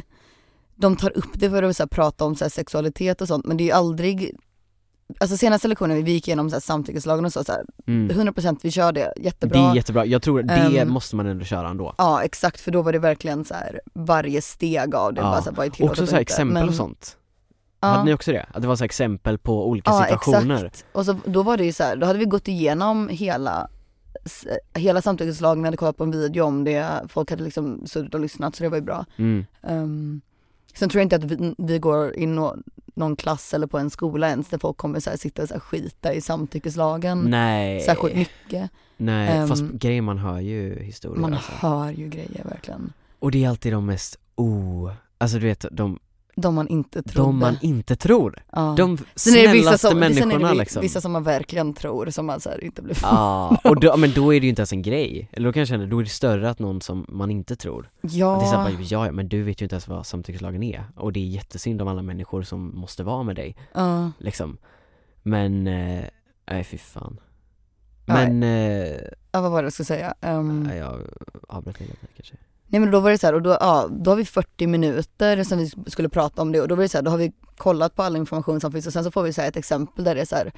de tar upp det för att så här, prata om så här, sexualitet och sånt, men det är ju aldrig, alltså senaste lektionen vi gick igenom så här, samtyckeslagen och så, så här, Mm. hundra procent vi kör det jättebra. Det är jättebra, jag tror det Ehm, måste man ändå köra ändå. Ja, exakt, för då var det verkligen så här varje steg av det, Ja. bara så här, vad är tillåtet Också så här och inte. exempel Men- och sånt. Ja. Hade ni också det? Att det var så här exempel på olika Ja, situationer? exakt. Och så, då var det ju så här, då hade vi gått igenom hela s- hela samtyckeslagen, vi hade kollat på en video om det, folk hade liksom suttit och lyssnat, så det var ju bra. Mm. Um, sen tror jag inte att vi, vi går in nå, någon klass eller på en skola ens där folk kommer så här, sitta och så här, skita i samtyckeslagen Nej. särskilt mycket. Nej, Ehm, fast grejer man hör ju historier Man alltså. hör ju grejer verkligen. Och det är alltid de mest, oh, alltså du vet, de, De man inte trodde. de man inte tror. Ja. De Sen är det vissa snällaste som, sen är människorna det vi- liksom. vissa som man verkligen tror som man så här, inte blir Ja, och då, men då är det ju inte ens en grej. Eller då kan jag känna, då är det större att någon som man inte tror. Ja. Att det är så här, bara, ja, men du vet ju inte ens vad samtyckeslagen är. Och det är jättesynd om alla människor som måste vara med dig. Ja. Liksom. Men, eh, nej fy fan. Nej. Men, eh, Ja, vad var det jag skulle säga? Um, nej, jag avbröt mig lite kanske. Nej men då var det så här, och då, ja, då har vi fyrtio minuter som vi skulle prata om det, och då var det så här, då har vi kollat på all information som finns och sen så får vi så här ett exempel där det är så här,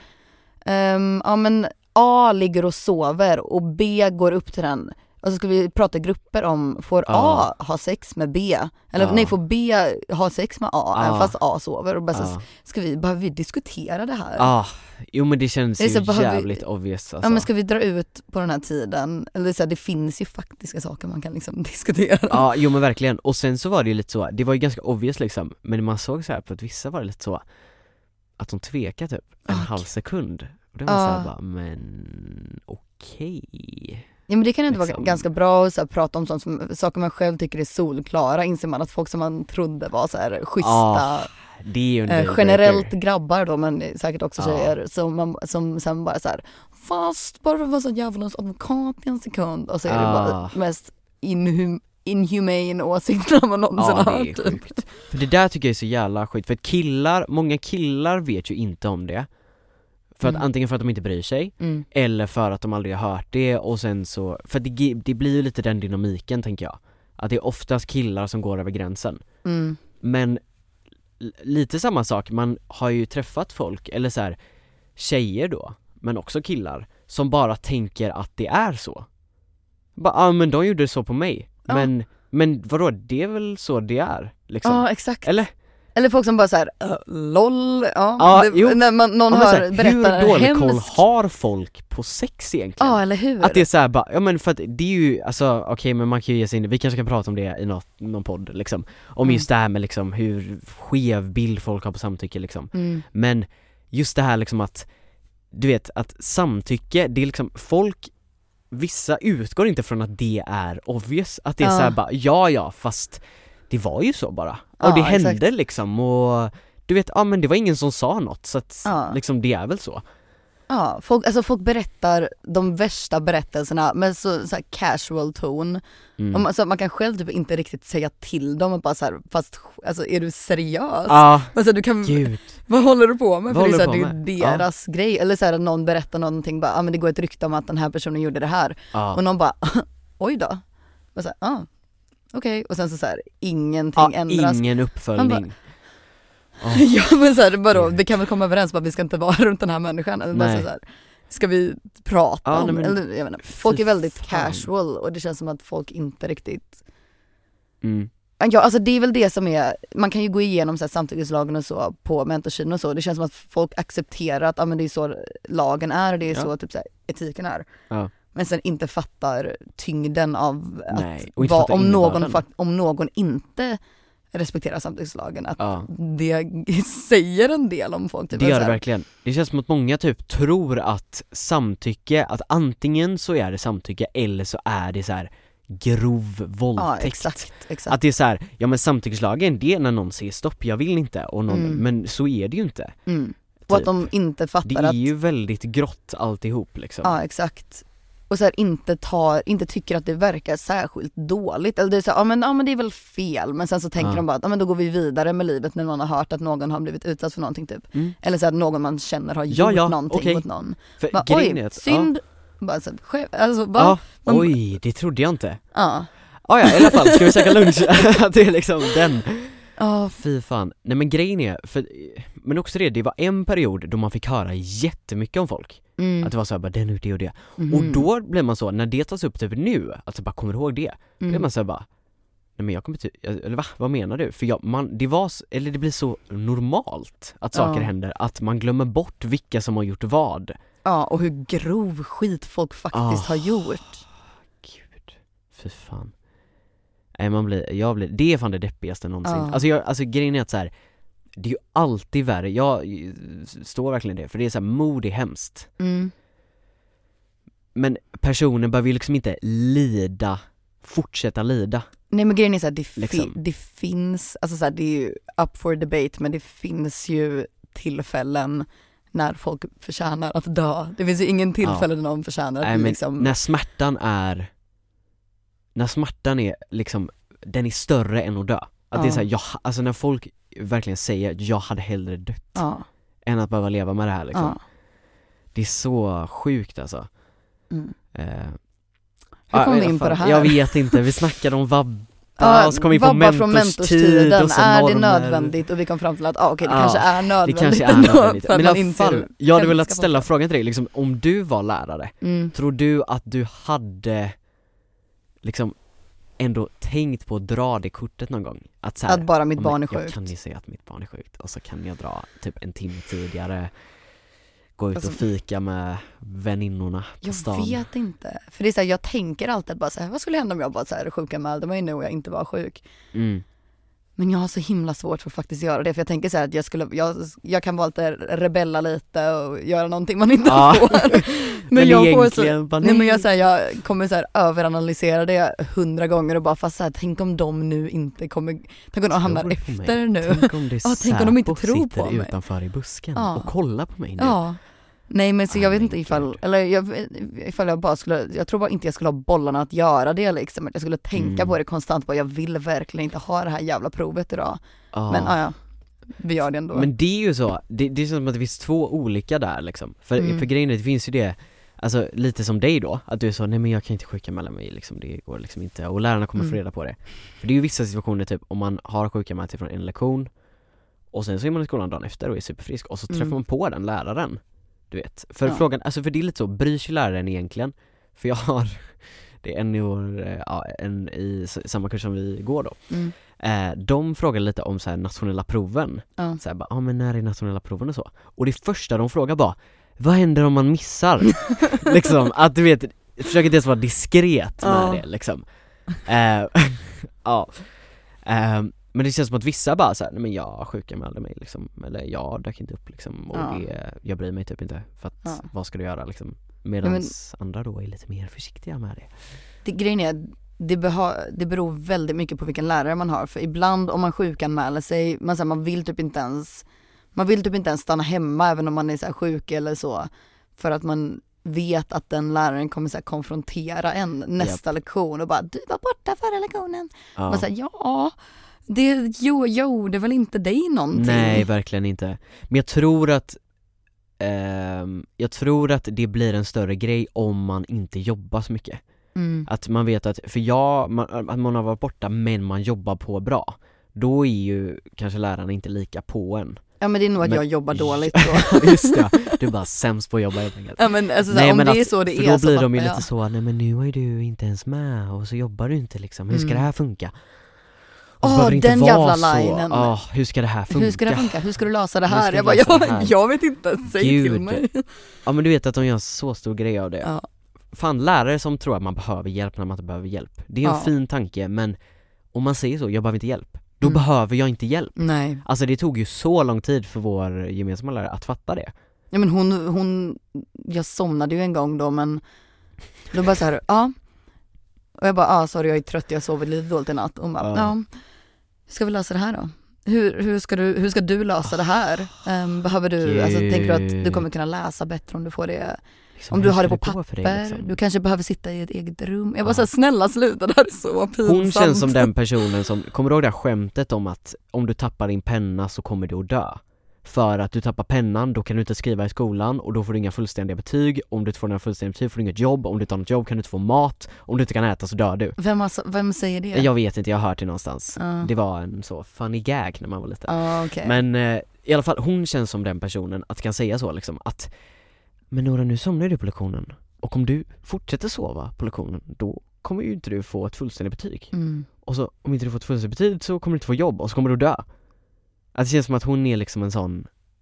um, ja men A ligger och sover och B går upp till den. Och så ska vi prata i grupper om, får ah. A ha sex med B? Eller ah. nej, får B ha sex med A ah. även fast A sover? Och bara så, ah. ska vi, behöver vi diskutera det här? Ja, ah. jo men det känns det så, ju jävligt vi, obvious alltså. Ja men ska vi dra ut på den här tiden? Eller så här, det finns ju faktiska saker man kan liksom diskutera. Ja, ah, jo men verkligen. Och sen så var det ju lite så, det var ju ganska obvious liksom. Men man såg så här på att vissa var det lite så att de tvekade typ en okay. halv sekund. Och det var ah. så här bara, men okej okay. Ja men det kan inte liksom. vara ganska bra att så här, prata om sånt som, saker man själv tycker är solklara. Inser man att folk som man trodde var så här schyssta, ah, det är ju en eh, generellt grabbar då, men säkert också ah. tjejer som, man, som sen bara så här, fast bara för att vara så djävulens advokat i en sekund, och så är det ah. bara mest inhum, inhumane åsikter man någonsin ah, har hört. Det är sjukt. För det där tycker jag är så jävla skit, för att killar, många killar vet ju inte om det. För att mm. antingen för att de inte bryr sig mm. eller för att de aldrig har hört det, och sen så, för det, det blir ju lite den dynamiken tänker jag, att det är oftast killar som går över gränsen. Mm. Men l- lite samma sak, man har ju träffat folk, eller så här tjejer då, men också killar som bara tänker att det är så. Bara, ja ah, men de gjorde det så på mig. Ja. Men men vadå, det är väl så det är liksom. Ja, exakt. Eller Eller folk som bara såhär, uh, lol, ja, ah, det, jo. när man, någon ja, hör här, berättar hur dålig hemskt. koll har folk på sex egentligen? Ja, eller hur? Att det är såhär bara, ja men för att det är ju, alltså okej okay, men man kan ju ge sig in, vi kanske kan prata om det i något, någon podd liksom, om mm. just det här med liksom hur skev bild folk har på samtycke liksom. Mm. Men just det här liksom att, du vet, att samtycke, det är liksom, folk, vissa utgår inte från att det är obvious, att det är ja. såhär bara, ja ja, fast det var ju så bara. Och ja, det hände exakt. liksom, och du vet, ja men det var ingen som sa något, så att ja. liksom det är väl så. Ja, folk, alltså folk berättar de värsta berättelserna med så, så här casual ton. Mm. Och man, så man kan själv typ inte riktigt säga till dem och bara så här, fast alltså är du seriös? Ja, alltså, du kan, gud. Vad håller du på med? Vad För det är, så här, med? det är deras ja. grej. Eller så här, någon berättar någonting, bara, ah, men det går ett rykte om att den här personen gjorde det här. Ja. Och någon bara, oj då. Och så här, ah, okej. Okay. Och sen så, så här, ingenting ja, ändras. Ingen uppföljning. Oh. Ja men så här, bara, vi kan väl komma överens om att vi ska inte vara runt den här människan. Eller bara så här, ska vi prata ja, om? Nej, men, eller, jag vet inte. Folk är väldigt fan. casual och det känns som att folk inte riktigt mm. Ja, alltså det är väl det som är, man kan ju gå igenom så här, samtyckeslagen och så på mentorsidan och så. Det känns som att folk accepterar att ah, men det är så lagen är och det är ja. så typ så här, etiken är. Ja. Men sen inte fattar tyngden av Nej, att va, om, någon, fakt- om någon inte respekterar samtyckeslagen, att ja. det säger en del om folk typ. Det gör det verkligen. Det känns som att många typ tror att samtycke, att antingen så är det samtycke eller så är det så här grov våldtäkt. Ja, exakt, exakt. Att det är så här, ja men samtyckeslagen, det är när någon säger stopp, jag vill inte, och någon, mm. men så är det ju inte. Mm. Typ. Och att de inte fattar att... Det är att... ju väldigt grått alltihop liksom. Ja, exakt. Och så här, inte tar, inte tycker att det verkar särskilt dåligt. Eller det är så här, ja men, ja men det är väl fel. Men sen så tänker ja. de bara att ja, men då går vi vidare med livet när någon har hört att någon har blivit utsatt för någonting typ. Mm. Eller så att någon man känner har gjort ja, ja, någonting okay. mot någon. För bara, oj, att, synd. Ja. Bara så här, alltså, bara, ja. man, oj, det trodde jag inte. Ja. Ah, ja, i alla fall, ska vi käka lunch? Att det är liksom den. Ja, oh. Fy fan. Nej men grejen är, för, men också det, det var en period då man fick höra jättemycket om folk. Mm. Att det var så här, bara den och det och det. Mm. Och då blev man så, när det tas upp typ nu, alltså bara kommer du ihåg det? Mm. Blev man så här bara, nej men jag kommer inte, eller va, vad menar du? För jag, man, det var, eller det blir så normalt att saker ja. händer, att man glömmer bort vilka som har gjort vad. Ja, och hur grov skit folk faktiskt oh. har gjort. Gud, fy fan. Nej, man blir, jag blir, det är fan det deppigaste någonsin. Ja. Alltså, jag, alltså grejen är att så här, det är ju alltid värre. Jag står verkligen det, för det är så här, mord är hemskt. Mm. Men personen behöver ju liksom inte lida, fortsätta lida. Nej men grejen är så här, det, fi- liksom. det finns, alltså så här, det är ju up for debate, men det finns ju tillfällen när folk förtjänar att dö. Det finns ju ingen tillfälle ja. när någon förtjänar att Nej, men liksom... när smärtan är när smärtan är liksom, den är större än att dö. Att ja. det är så här, jag, alltså när folk verkligen säger jag hade hellre dött ja. än att behöva leva med det här liksom. Ja. Det är så sjukt alltså. Mm. Eh, Hur kom Ja, vi in fan, på det här? Jag vet inte, vi snackade om vabba Ja, och så kom vi på vabba från mentorstid mentorstiden, och så är normer. det nödvändigt? Och vi kom fram till att ah, okej, det Ja, kanske är Det nödvändigt kanske är ändå, nödvändigt. för att Men man i alla inser fall, hur jag hade hemskt velat ska ställa funka. frågan till dig, liksom, om du var lärare, Mm. tror du att du hade liksom ändå tänkt på att dra det kortet någon gång? Att, så här, Att bara mitt ja, barn men är Jag sjukt. kan ju säga att mitt barn är sjukt och så kan jag dra typ en timme tidigare, gå ut Alltså, och fika med väninnorna på Jag stan. vet inte. För det är så här, jag tänker alltid att bara så här, vad skulle hända om jag bara så här sjukanmälde mig nu och jag inte var sjuk? Mm. Men jag har så himla svårt för att faktiskt göra det, för jag tänker så här att jag skulle, jag, jag kan vara lite rebella lite och göra någonting man inte Ja. får. Men, Men jag får egentligen så, bara, nej men nej. jag, så här, jag kommer så här överanalysera det hundra gånger och bara fast så här, tänk om de nu inte kommer, tänk om de hamnar Tror på efter mig. nu. Tänk om det Ja, tänk om de inte Säpo tror sitter på mig. utanför i busken Ja. och kollar på mig nu. Ja. Nej men så jag Ah, vet men inte ifall, gud. eller jag, ifall jag bara skulle, jag tror bara inte jag skulle ha bollarna att göra det liksom, att jag skulle tänka Mm. på det konstant, bara jag vill verkligen inte ha det här jävla provet idag. Ja. Men ah, ja, vi gör det ändå. Men det är ju så, det, det är som att det finns två olika där liksom. För, Mm. för grejen är, det finns ju det, alltså lite som dig då, att du är så, nej men jag kan inte sjukanmäla mig liksom, det går liksom inte, och lärarna kommer Mm. få reda på det. För det är ju vissa situationer typ, om man har sjukanmält sig från en lektion och sen så är man i skolan dagen efter och är superfrisk och så Mm. träffar man på den läraren. Du vet, för Ja. frågan, alltså för det är lite så, bryr sig läraren egentligen? För jag har, det är en i år, eh, ja, en i s- samma kurs som vi går då. Mm. Eh, de frågar lite om så här nationella proven. Ja. Så här, bara, ja men när är nationella proven och så? Och det första de frågar bara, vad händer om man missar? liksom, att du vet, försök inte ens vara diskret med Ja. det liksom. Eh, ja. Eh, men det känns som att vissa bara såhär, nej men jag sjukanmälde mig liksom, eller jag dök inte upp liksom, och Ja. det, jag bryr mig typ inte, för att Ja. vad ska du göra liksom? Medan men- andra då är lite mer försiktiga med det. Det, grejen är, det, beha- det beror väldigt mycket på vilken lärare man har, för ibland om man sjukanmäler sig, man, så här, man vill typ inte ens man vill typ inte ens stanna hemma även om man är så här, sjuk eller så, för att man vet att den läraren kommer så här, konfrontera en nästa lektion och bara, du var borta förra lektionen. Ja. Man säger ja, det jo, jo, det är väl inte dig någonting. Nej, verkligen inte. Men jag tror att ehm, jag tror att det blir en större grej om man inte jobbar så mycket. Mm. Att man vet att, för jag, man, att man har varit borta men man jobbar på bra, då är ju kanske lärarna inte lika på en. Ja men det är nog att Men- jag jobbar dåligt då. Just det, du är bara sämst på att jobba helt enkelt. Ja men alltså, Nej, om men det att- är så det För är då så blir de ju fattar lite jag. så, nej men nu är du inte ens med och så jobbar du inte liksom, hur ska Mm. det här funka? Och så Åh, behöver det inte den vara jävla så. linen. Ja, hur ska det här funka? Hur ska det funka? Hur ska du lösa det Hur här? ska Jag du bara, lösa det jag, här? jag vet inte, säg till Gud. mig. Ja men du vet att de gör en så stor grej av det. Ja. Fan, lärare som tror att man behöver hjälp när man inte behöver hjälp, det är en Ja. fin tanke, men om man säger så, jag behöver inte hjälp, då Mm. behöver jag inte hjälp. Nej. Alltså det tog ju så lång tid för vår gemensamma lärare att fatta det. Ja men hon, hon, jag somnade ju en gång då, men då bara så här, ja. Och jag bara, ja sorry jag är trött, jag har sovit lite dåligt i natt. Och hon bara, Ja. ja. Hur ska vi lösa det här då? Hur, hur, ska, du, hur ska du lösa det här? Ehm, behöver du, alltså tänker du att du kommer kunna läsa bättre om du får det, Liksom, om du hur har det ska på gå för dig, papper? liksom? Du kanske behöver sitta i ett eget rum. Jag bara Ja. så här, snälla sluta, det här är så pinsamt. Hon känns som den personen som, kommer du ihåg det här skämtet om att om du tappar din penna så kommer du att dö? För att du tappar pennan, då kan du inte skriva i skolan och då får du inga fullständiga betyg. Om du inte får några fullständiga betyg får du inget jobb. Om du inte har något jobb kan du inte få mat. Om du inte kan äta så dör du. Vem, har, vem säger det? Jag vet inte, jag har hört det någonstans. Ja. Det var en så funny gag när man var liten. Ja, okej. Men eh, i alla fall, hon känns som den personen att kan säga så liksom att, men Nora, nu somnar du på lektionen, och om du fortsätter sova på lektionen, då kommer ju inte du få ett fullständigt betyg. Mm. Och så om inte du får ett fullständigt betyg så kommer du inte få jobb och så kommer du dö. Att det känns som att hon är liksom en sån,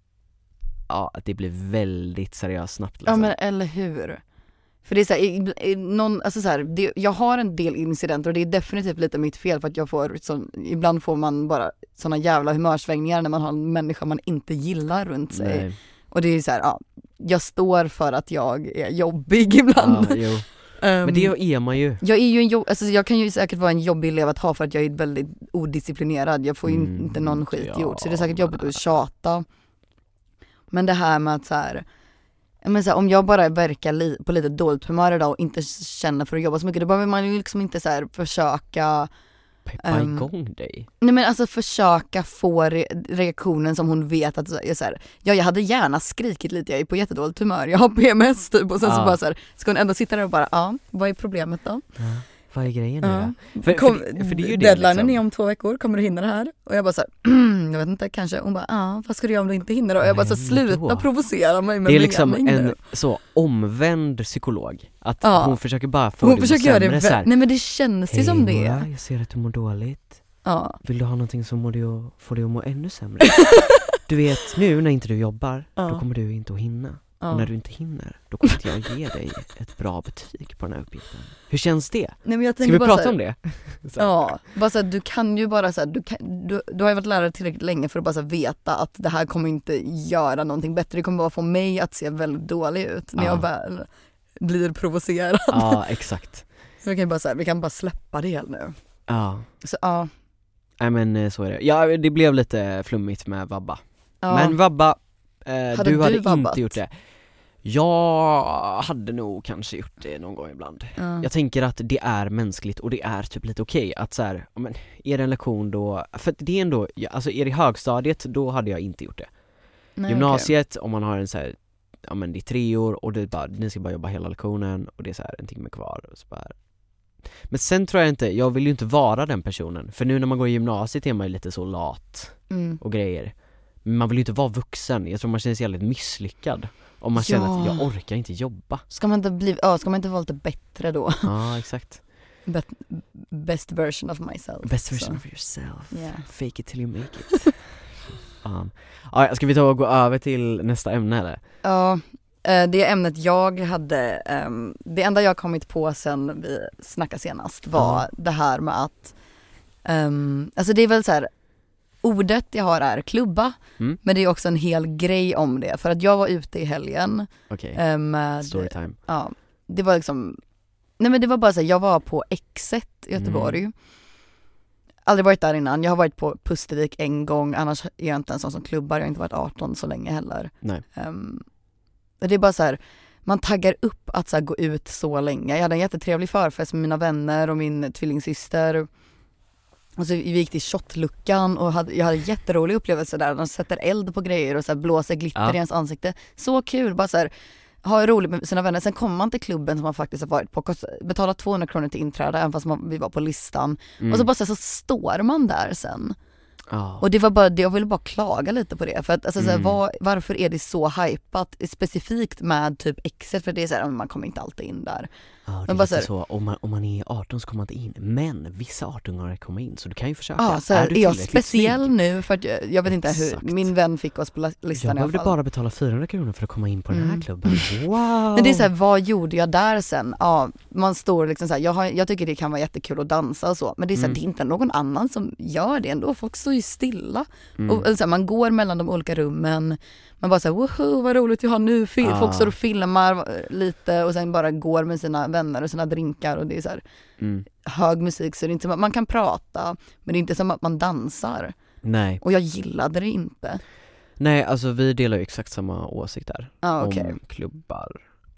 ja, att det blir väldigt seriöst snabbt liksom. Ja men eller hur. För det är så här, i, i, någon, alltså så här, det, jag har en del incidenter och det är definitivt lite mitt fel för att jag får, så, ibland får man bara såna jävla humörsvängningar när man har en människa man inte gillar runt sig. Nej. Och det är så här, ja, jag står för att jag är jobbig ibland. Ja, jo. Um, Men det är man ju. jag är ju en jobb, alltså jag kan ju säkert vara en jobbig elev att ha för att jag är väldigt odisciplinerad. Jag får ju Mm, inte någon skit ja, gjort, så det är säkert jobbigt att tjata. Men det här med att så här, men så här, om jag bara verkar li- på lite dåligt humör idag och inte känner för att jobba så mycket, då behöver man ju liksom inte så här försöka Peppa Um, igång dig. Nej men alltså försöka få re- reaktionen som hon vet att jag, så här, ja, jag hade gärna skrikit lite, jag är på jättedåligt humör, jag har P M S typ och sen Ja. så bara så här, ska hon ändå sitta där och bara, ja, vad är problemet då? Ja. Vad är grejen nu Ja. då? För, Kom, för, för det är ju det deadlinen liksom. är om två veckor, kommer du hinna det här? Och jag bara så här, jag vet inte, kanske. Hon bara, ja, vad ska du göra om du inte hinner då? Och jag bara så Nej, sluta då. provocera mig med Det är liksom mening en nu. så omvänd psykolog. Att Ja. hon försöker bara få Hon dig att försöker må göra det, sämre så här. vä- nej men det känns ju Hej, som det. Nora, jag ser att du mår dåligt. Ja. Vill du ha någonting som får dig att, får dig att må ännu sämre? Du vet, nu när inte du jobbar, Ja. då kommer du inte att hinna. Ja. Och när du inte hinner, då kommer inte jag ge dig ett bra betyg på den här uppgiften. Hur känns det? Nej, men jag Ska tänker vi bara prata så här, om det? Så. Ja, bara så här, du kan ju bara så här, du, kan, du, du har ju varit lärare tillräckligt länge för att bara så här, veta att det här kommer inte göra någonting bättre. Det kommer bara få mig att se väldigt dålig ut när Ja. jag väl blir provocerad. Ja, exakt. Så vi kan bara så här, vi kan bara släppa det nu. Ja, Så ja. nej men eh, så är det. Ja, det blev lite flummigt med Vabba. ja. Men Vabba, eh, Hade du du hade vabbat? inte gjort det. Jag hade nog kanske gjort det någon gång ibland. ja. Jag tänker att det är mänskligt och det är typ lite okej att så här, ja, men är det en lektion då, för att det är ändå, ja, alltså är det högstadiet då hade jag inte gjort det. Nej, Gymnasiet, om man har en så här, ja men det är tre år och det är bara, ni ska bara jobba hela lektionen och det är så här en timme kvar och så bara. Men sen tror jag inte, jag vill ju inte vara den personen, för nu när man går i gymnasiet är man ju lite så lat okej. Mm. och grejer. Men man vill ju inte vara vuxen, jag tror man känner sig jävligt misslyckad om man känner Ja. att jag orkar inte jobba. Ska man inte bli, ja, ska man inte vara lite bättre då? Ja, exakt. Bet, best version of myself. Best version Så. of yourself. Yeah. Fake it till you make it. Fan. Ja, ska vi ta och gå över till nästa ämne eller? Ja, eh, det ämnet jag hade, ehm, det enda jag kommit på sen vi snackade senast var Ja. det här med att, ehm, alltså det är väl så här, ordet jag har är klubba, Mm. men det är också en hel grej om det, för att jag var ute i helgen Okej, eh, med, storytime. ja, det var liksom, nej men det var bara så här, jag var på Exet i Göteborg. Mm. Aldrig varit där innan, jag har varit på Pustervik en gång, annars är jag inte en sån som klubbar, jag har inte varit arton så länge heller. Nej. Um, det är bara så här, man taggar upp att så här, gå ut så länge. Jag hade en jättetrevlig förfest med mina vänner och min tvillingsyster. Och så vi gick till shotluckan och hade, jag hade en jätterolig upplevelse där. De sätter eld på grejer och så här, blåser glitter Ja. i ens ansikte. Så kul, bara så här, ha roligt med sina vänner. Sen kommer man till klubben som man faktiskt har varit på, betala tvåhundra kronor till inträde även fast man, vi var på listan. Mm. Och så bara så, här, så står man där sen. Ja. Och det var bara, jag ville bara klaga lite på det, för att alltså, så här, Mm. var, varför är det så hypat specifikt med typ Exet, för det är så här, man kommer inte alltid in där. Ja, det är Men bara lite så här- så, om man, om man är arton så kommer man inte in. Men vissa arton-åringar kommer in, så du kan ju försöka. Ja, så här, du är jag tillräckligt speciell snygg? nu för att jag, jag vet inte Exakt. hur, min vän fick oss på la- listan Jag i alla behövde fall. bara betala fyrahundra kronor för att komma in på den här Mm. klubben. Wow! Men det är så här, vad gjorde jag där sen? Ja, man står liksom så här, jag, har, jag tycker det kan vara jättekul att dansa och så, men det är så här, Mm. det är inte någon annan som gör det ändå, folk står ju stilla. Mm. Och, och så här, man går mellan de olika rummen, man bara såhär, woho vad roligt vi har nu, Fil- Ah. folk står och filmar lite och sen bara går med sina vänner och sina drinkar och det är så här Mm. hög musik, så det är inte som att man kan prata, men det är inte som att man dansar. Nej. Och jag gillade det inte. Nej, alltså vi delar ju exakt samma åsikt där. Ja, okej. Om klubbar.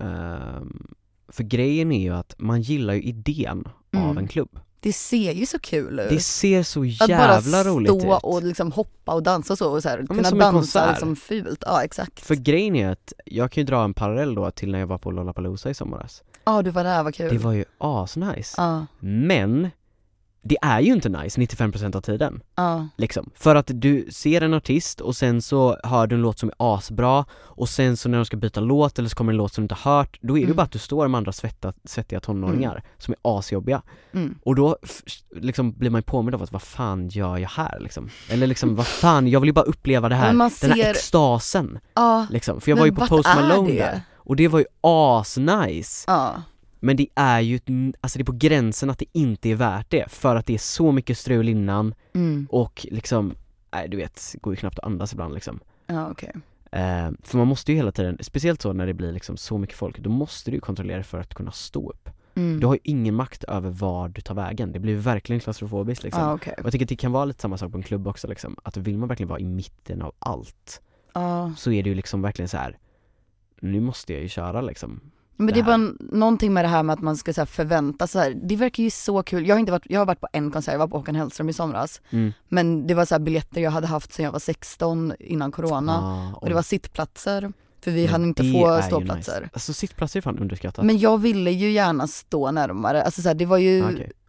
Ehm, för grejen är ju att man gillar ju idén av Mm. en klubb. Det ser ju så kul ut. Det ser så Att jävla bara roligt ut. stå och liksom hoppa och dansa och så, och så här, men kunna som en dansa konsert. liksom fult. Ja, exakt. För grejen är att jag kan ju dra en parallell då till när jag var på Lollapalooza i somras. Ja, du var där, vad kul. Det var ju asnice. Ja, Men det är ju inte nice nittiofem procent av tiden. ja. Liksom. För att du ser en artist och sen så hör du en låt som är asbra och sen så när de ska byta låt eller så kommer en låt som du inte har hört, då är det Mm. bara att du står med andra svetta, svettiga tonåringar som är asjobbiga. Mm. Och då f- liksom blir man ju påmind av att vad fan gör jag här liksom? Eller liksom vad fan, jag vill ju bara uppleva det här, Men man den här ser- extasen Ja, liksom. För jag men var ju på vart Post är Malone det? där och det var ju asnice. ja. Men det är ju, ett- alltså det är på gränsen att det inte är värt det, för att det är så mycket strul innan Mm. och liksom, nej du vet, går ju knappt att andas ibland liksom. Ja, okej. Eh, för man måste ju hela tiden, speciellt så när det blir liksom så mycket folk, då måste du ju kontrollera för att kunna stå upp. Mm. Du har ju ingen makt över var du tar vägen, det blir ju verkligen klaustrofobiskt liksom. Ja, okej. Och jag tycker att det kan vara lite samma sak på en klubb också liksom, att vill man verkligen vara i mitten av allt Ja. så är det ju liksom verkligen så här: nu måste jag ju köra liksom. Men det, det är bara n- någonting med det här med att man ska så här, förvänta sig. Så här, det verkar ju så kul. Jag har inte varit, jag har varit på en konsert, jag var på Håkan Hellström i somras. Mm. Men det var så här biljetter jag hade haft sedan jag var sexton innan corona. Ah, och det var sittplatser. För vi Men hade inte det få är ju ståplatser. Nice. Alltså sittplatser är fan underskattat. Men jag ville ju gärna stå närmare. Alltså så här, det var ju... Ah, okay.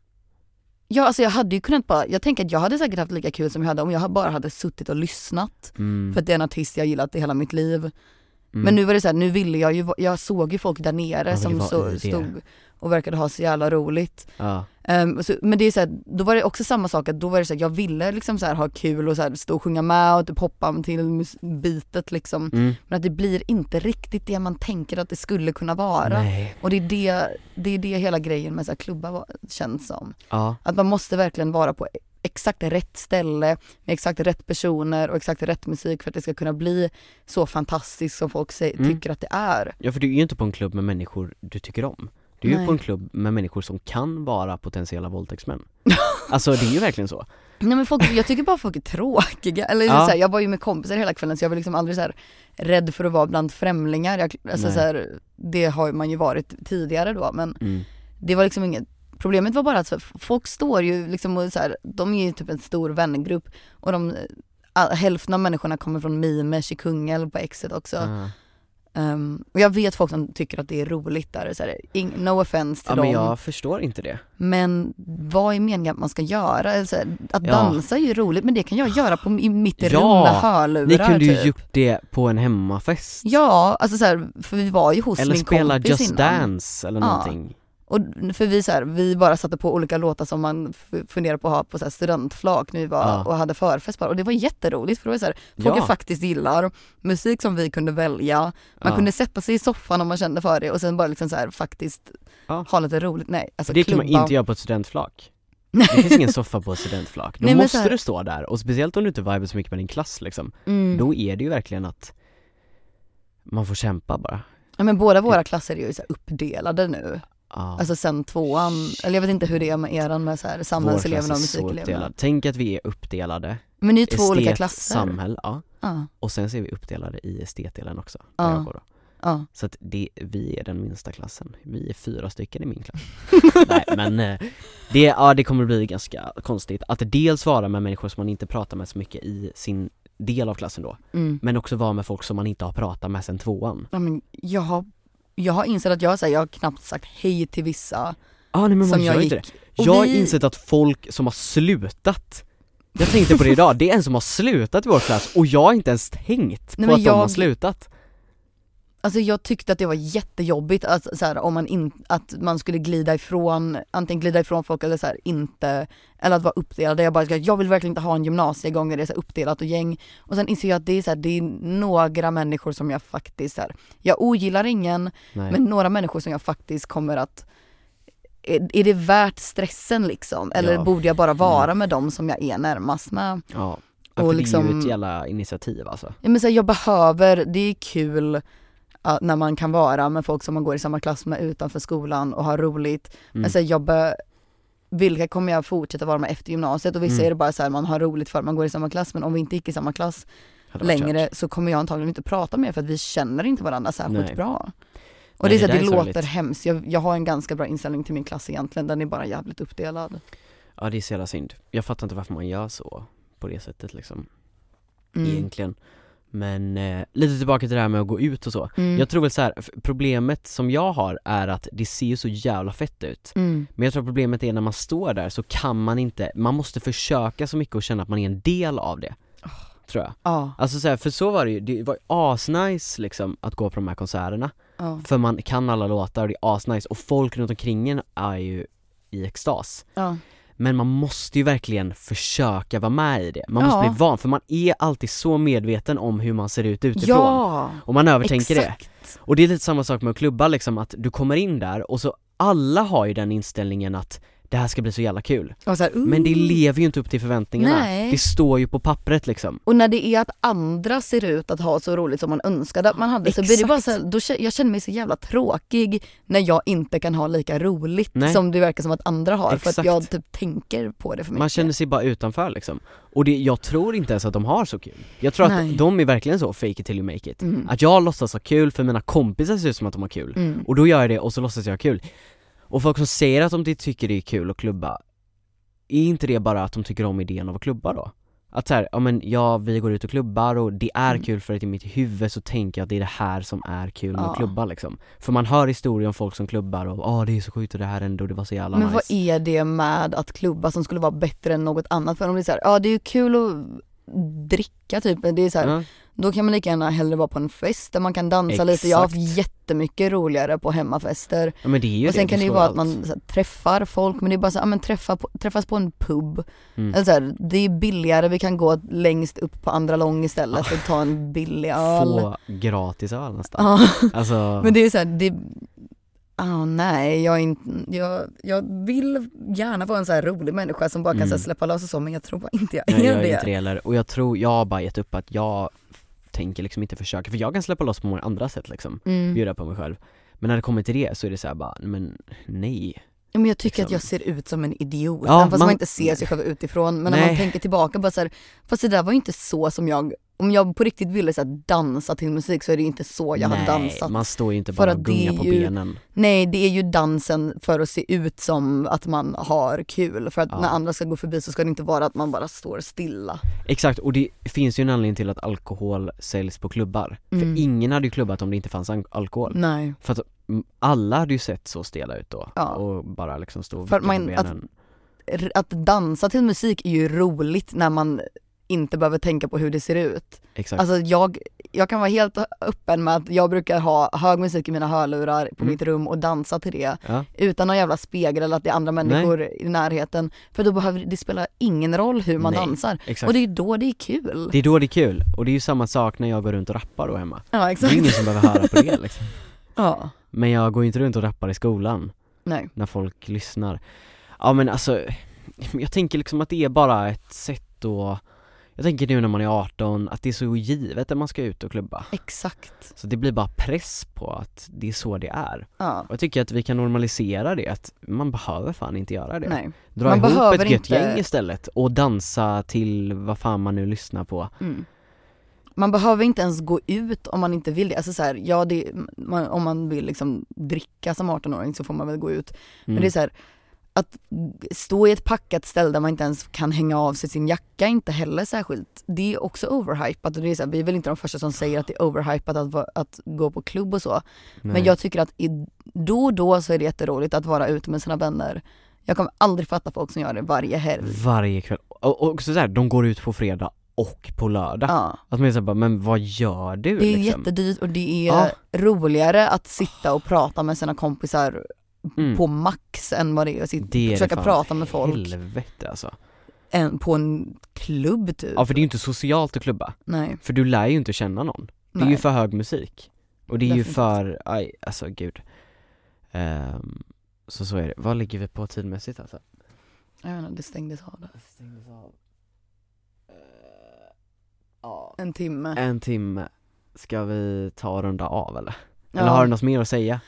Ja, alltså jag hade ju kunnat bara... Jag tänker att jag hade säkert haft lika kul som jag hade om jag bara hade suttit och lyssnat. Mm. För att det är en artist jag gillat i hela mitt liv. Mm. Men nu var det så här, nu ville jag ju... Jag såg ju folk där nere Ja, som så, stod och verkade ha så jävla roligt. Ja. Um, så, men det är så här, då var det också samma sak att då var det så här, jag ville liksom så här ha kul och så här, stå och sjunga med och typ hoppa till mus- bitet liksom. Mm. Men att det blir inte riktigt det man tänker att det skulle kunna vara. Nej. Och det är det, det är det hela grejen med så här klubbar var, känns som. Ja. Att man måste verkligen vara på exakt rätt ställe med exakt rätt personer och exakt rätt musik för att det ska kunna bli så fantastiskt som folk säger, Mm. tycker att det är. Ja, för du är ju inte på en klubb med människor du tycker om. Du är ju Nej. på en klubb med människor som kan vara potentiella våldtäktsmän. Alltså det är ju verkligen så. Nej men folk, jag tycker bara folk är tråkiga. Eller Ja. så här, jag var ju med kompisar hela kvällen så jag var liksom aldrig så här rädd för att vara bland främlingar. Jag, alltså Nej. så här, det har man ju varit tidigare då men Mm. det var liksom inget. Problemet var bara att så, folk står ju liksom och så här, de är ju typ en stor vängrupp och de, all, hälften av människorna kommer från Mimesh i Kungälv på Exet också. Ah. Um, och jag vet folk som tycker att det är roligt där, så här, ing, no offense till Ja, dem. men jag förstår inte det. Men vad är meningen att man ska göra? Alltså, att Ja. dansa är ju roligt, men det kan jag göra på i mitt Ja, rum med hörlurar. Ni kunde ju typ. gjort det på en hemmafest. Ja, alltså så här, för vi var ju hos Eller min spela kompis Just innan. Dance eller Ja. någonting. Och för vi så här, vi bara satte på olika låtar som man f- funderar på att ha på så här studentflak när vi var Ja. och hade förfest bara. Och det var jätteroligt för det var så här, folk Ja. jag faktiskt gillar musik som vi kunde välja. Man Ja. kunde sätta sig i soffan om man kände för det och sen bara liksom så här faktiskt Ja. ha lite roligt. Nej, alltså Det kan man klubba. inte göra på ett studentflak. Det finns ingen soffa på ett studentflak. Då Nej, men måste så här- du stå där. Och speciellt om du inte vibar så mycket med din klass liksom. Mm. Då är det ju verkligen att man får kämpa bara. Ja, men båda våra klasser är ju så här uppdelade nu. Ja. Alltså sen tvåan, eller jag vet inte hur det är med eran med så här Vår samhällseleverna och klass är så musikeleverna. uppdelad. Tänk att vi är uppdelade. Men det är ju två Estet, olika klasser. samhäll, ja. Ja, Och sen så är vi uppdelade i estetdelen också. Där Ja. jag går då. ja. Så att det, vi är den minsta klassen. Vi är fyra stycken i min klass. Nej, men eh, det, ja, det kommer bli ganska konstigt att dels vara med människor som man inte pratar med så mycket i sin del av klassen då. Mm. Men också vara med folk som man inte har pratat med sen tvåan. Ja, men jag har, jag har insett att jag, så här, jag har knappt sagt hej till vissa. Ah, nej, men man Som jag gör gick- inte det. och Jag har vi- insett att folk som har slutat, jag tänkte på det idag, det är en som har slutat i vår klass och jag har inte ens tänkt på Nej, men att de har jag- slutat. Alltså jag tyckte att det var jättejobbigt att, så här, om man in, att man skulle glida ifrån, antingen glida ifrån folk eller så här, inte, eller att vara uppdelad. Jag bara, ska- jag vill verkligen inte ha en gymnasiegång där det är så här uppdelat och gäng. Och sen inser jag att det är, så här, det är några människor som jag faktiskt, så här, jag ogillar ingen, Nej. men några människor som jag faktiskt kommer att, är, är det värt stressen liksom? Eller Ja. borde jag bara vara med dem som jag är närmast med? Ja, Och för det är liksom- ju ett jävla initiativ alltså. Ja, men så här, jag behöver, det är kul att när man kan vara med folk som man går i samma klass med utanför skolan och ha roligt. Mm. Men så här, jag be, vilka kommer jag fortsätta vara med efter gymnasiet? Och vissa Mm. är det bara så här, man har roligt för att man går i samma klass, men om vi inte gick i samma klass Hade varit längre kört. så kommer jag antagligen inte prata med för att vi känner inte varandra särskilt Nej. bra. Och Nej, det är så det att det, där är låter sorgligt. hemskt. Jag, jag har en ganska bra inställning till min klass egentligen, den är bara jävligt uppdelad. Ja, det är så jävla synd. Jag fattar inte varför man gör så på det sättet liksom, Mm. egentligen. Men eh, lite tillbaka till det här med att gå ut och så. Mm. Jag tror väl så här, f- problemet som jag har är att det ser ju så jävla fett ut. Mm. Men jag tror problemet är när man står där så kan man inte, man måste försöka så mycket och känna att man är en del av det. Tror jag. Ja, Alltså så här, för så var det ju, det var ju asnice liksom att gå på de här konserterna. ja, För man kan alla låtar och det är asnice och folk runt omkring en är ju i extas. ja. Men man måste ju verkligen försöka vara med i det. Man måste Ja. bli van, för man är alltid så medveten om hur man ser ut utifrån. Ja, Och man övertänker exakt. det. Och det är lite samma sak med att klubba liksom, att du kommer in där och så alla har ju den inställningen att det här ska bli så jävla kul. Och så här, uh. Men det lever ju inte upp till förväntningarna. Nej. Det står ju på pappret liksom. Och när det är att andra ser ut att ha så roligt som man önskade att man hade, så blir det bara så här, då, jag känner mig så jävla tråkig när jag inte kan ha lika roligt Nej. Som det verkar som att andra har. Exakt. För att jag typ tänker på det för mycket. Man känner sig bara utanför liksom. Och det, jag tror inte ens att de har så kul. Jag tror Nej. Att de är verkligen så fake it till you make it. Mm. Att jag låtsas ha kul för mina kompisar ser ut som att de har kul. Mm. Och då gör jag det och så låtsas jag ha kul. Och folk som säger att de tycker det är kul att klubba, är inte det bara att de tycker om idén av att klubba då? Att så här, ja men ja, vi går ut och klubbar och det är mm. kul för att i mitt huvud så tänker jag att det är det här som är kul med ja. Att klubba liksom. För man hör historier om folk som klubbar och ja, det är så sjukt och det här ändå, det var så jävla men nice. Men vad är det med att klubba som skulle vara bättre än något annat? För om det är så här, ja det är ju kul att dricka typ, det är så här, ja. Då kan man lika gärna hellre vara på en fest där man kan dansa Exakt. Lite. Jag har haft jättemycket roligare på hemmafester. Ja, men det är ju och sen det, kan det ju vara allt. Att man så här, träffar folk, men det är bara så här, ja, men träffa på, träffas på en pub. Mm. Eller så här, det är billigare, vi kan gå längst upp på andra lång istället och ta en billig öl. Få gratis öl nästan. Alltså... Men det är så här, det Oh, nej, jag, är inte, jag, jag vill gärna vara en så här rolig människa som bara kan mm. så här, släppa lös och så, men jag tror bara inte jag är nej, jag är det. Inte det heller. Och jag tror, jag har bara gett upp att jag tänker liksom inte försöka, för jag kan släppa loss på många andra sätt liksom, mm. bjuda på mig själv. Men när det kommer till det så är det så här bara, men nej. Ja, men jag tycker liksom. Att jag ser ut som en idiot, ja, fast man, man inte ser sig själv utifrån. Men nej. När man tänker tillbaka bara så här, fast det där var ju inte så som jag, om jag på riktigt ville så här, dansa till musik så är det inte så jag nej, har dansat. Man står ju inte bara och gungar på ju, benen. Nej, det är ju dansen för att se ut som att man har kul. För att ja. När andra ska gå förbi så ska det inte vara att man bara står stilla. Exakt, och det finns ju en anledning till att alkohol säljs på klubbar. Mm. För ingen hade ju klubbat om det inte fanns alkohol. Nej. För att alla hade ju sett så stela ut då. Ja. Och bara liksom stå för man, på benen. Att, att dansa till musik är ju roligt när man inte behöver tänka på hur det ser ut. Exakt. Alltså jag, jag kan vara helt öppen med att jag brukar ha hög musik i mina hörlurar på mm. mitt rum och dansa till det. Ja. Utan någon jävla spegel eller att det är andra människor Nej. I närheten. För då behöver det spela ingen roll hur man Nej. Dansar. Exakt. Och det är då det är kul. Det är då det är kul. Och det är ju samma sak när jag går runt och rappar då hemma. Ja, exakt. Det är ingen som behöver höra på det liksom. Ja. Men jag går inte runt och rappar i skolan. Nej. När folk lyssnar. Ja men alltså, jag tänker liksom att det är bara ett sätt att... Jag tänker nu när man är arton att det är så givet att man ska ut och klubba. Exakt. Så det blir bara press på att det är så det är. Ja. Och jag tycker att vi kan normalisera det, att man behöver fan inte göra det. Nej. Dra man ihop ett gött inte... gäng istället och dansa till vad fan man nu lyssnar på. Mm. Man behöver inte ens gå ut om man inte vill det. Alltså så här, ja, det, man, om man vill liksom dricka som arton-åring så får man väl gå ut. Mm. Men det är så här, att stå i ett packat ställe där man inte ens kan hänga av sig sin jacka inte heller särskilt. Det är också overhypat och det är så här, vi är väl inte de första som säger att det är overhypat att, att gå på klubb och så. Nej. Men jag tycker att i, då och då så är det jätteroligt att vara ute med sina vänner. Jag kommer aldrig fatta folk som gör det varje helg. Varje kväll. Och, och så, så här, de går ut på fredag och på lördag. Ja. Att man säger bara, men vad gör du? Det är liksom? jättedyrt och det är ja. Roligare att sitta och prata med sina kompisar mm. på max än vad det är att sitta, det är försöka det prata med folk. Helvete alltså. En, på en klubb typ. Ja, för det är ju inte socialt att klubba. Nej. För du lär ju inte känna någon. Det är Nej. Ju för hög musik. Och det är Definitivt. Ju för, aj, alltså gud. Um, så så är det. Vad ligger vi på tidmässigt alltså? Jag vet inte, det stängdes av där. Det stängdes av. Ja. En timme. En timme. Ska vi ta och runda av eller? Ja. Eller har du något mer att säga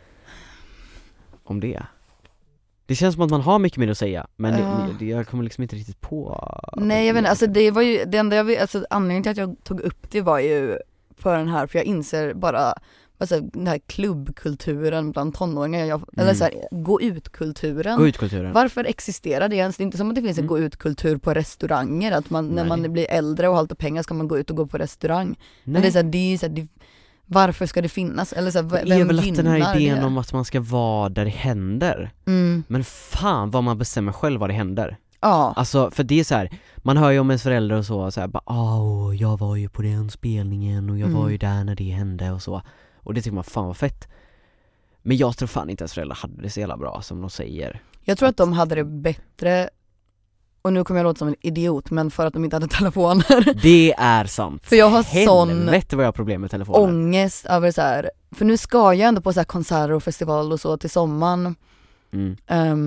om det? Det känns som att man har mycket mer att säga, men ja. det, det, jag kommer liksom inte riktigt på. Nej, jag vet inte, alltså det var ju det enda jag vet, alltså anledningen till att jag tog upp det var ju för den här, för jag inser bara alltså den här klubbkulturen bland tonåringar, jag, mm. eller så här, gå ut-kulturen. Gå ut-kulturen. Varför existerar det ens? Det är inte som att det finns en mm. gå ut-kultur på restauranger, att man, när man blir äldre och har lite pengar ska man gå ut och gå på restaurang. Nej. Men det är så här, det är så här, det, varför ska det finnas? Eller så här, vem det är väl att den här idén det? Om att man ska vara där det händer. Mm. Men fan vad man bestämmer själv vad det händer. Ja. Alltså, för det är så här, man hör ju om ens föräldrar och så, så här, bara, åh, jag var ju på den spelningen och jag mm. var ju där när det hände och så. Och det tycker man, fan vad fett. Men jag tror fan inte ens föräldrar hade det så jävla bra som de säger. Jag tror att de hade det bättre. Och nu kommer jag låta som en idiot, men för att de inte hade telefoner. Det är sant. För jag har Helvete sån vad jag har problem med telefoner. ångest över så här. För nu ska jag ändå på så här konserter och festival och så till sommaren. Mm. Um,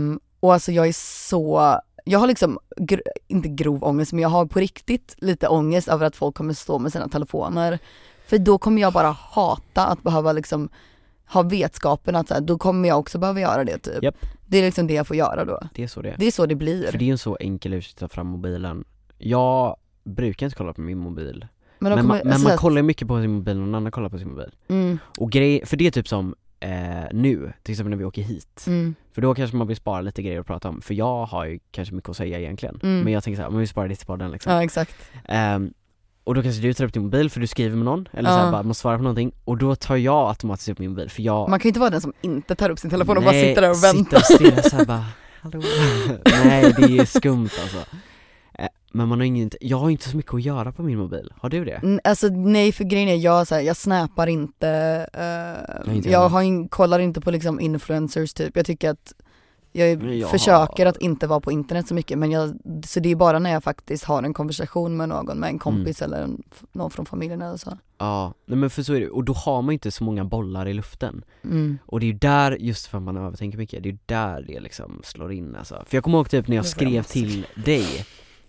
Och alltså jag är så, jag har liksom, gr- inte grov ångest, men jag har på riktigt lite ångest över att folk kommer stå med sina telefoner. För då kommer jag bara hata att behöva liksom ha vetskapen att så här, då kommer jag också behöva göra det typ. Yep. Det är liksom det jag får göra då. Det är så det är. Det är så det blir. För det är en så enkel ursäkt att ta fram mobilen. Jag brukar inte kolla på min mobil. Men, Men, kommer, man, men alltså, man kollar mycket på sin mobil och någon annan kollar på sin mobil. mm, Och grej, för det är typ som eh, nu, till exempel när vi åker hit. mm, För då kanske man vill spara lite grejer att prata om. För jag har ju kanske mycket att säga egentligen. Mm. Men jag tänker såhär, man vill spara det till podden liksom. ja exakt. Ehm, och då kanske du tar upp din mobil för du skriver med någon. Eller Ja. såhär bara, måste svara på någonting. Och då tar jag automatiskt upp min mobil. För jag... Man kan ju inte vara den som inte tar upp sin telefon och Nej, bara sitter där och väntar. sitter och stirrar såhär bara, hallå. Nej, det är ju skumt alltså. Eh, Men man har inget, jag har inte så mycket att göra på min mobil. Har du det? Mm, Alltså nej, för grejen är jag, så här, jag snappar inte, uh, inte jag heller. har in, kollar inte på liksom influencers typ. Jag tycker att jag Men jag försöker har- att inte vara på internet så mycket, men jag, så det är bara när jag faktiskt har en konversation med någon, med en kompis Mm. eller en, någon från familjen eller så. Ja, nej men för så är det. Och då har man inte så många bollar i luften. Mm. Och det är ju där, just för att man övertänker mycket, det är ju där det liksom slår in alltså. För jag kommer ihåg typ när jag Nu får jag skrev massa. till dig.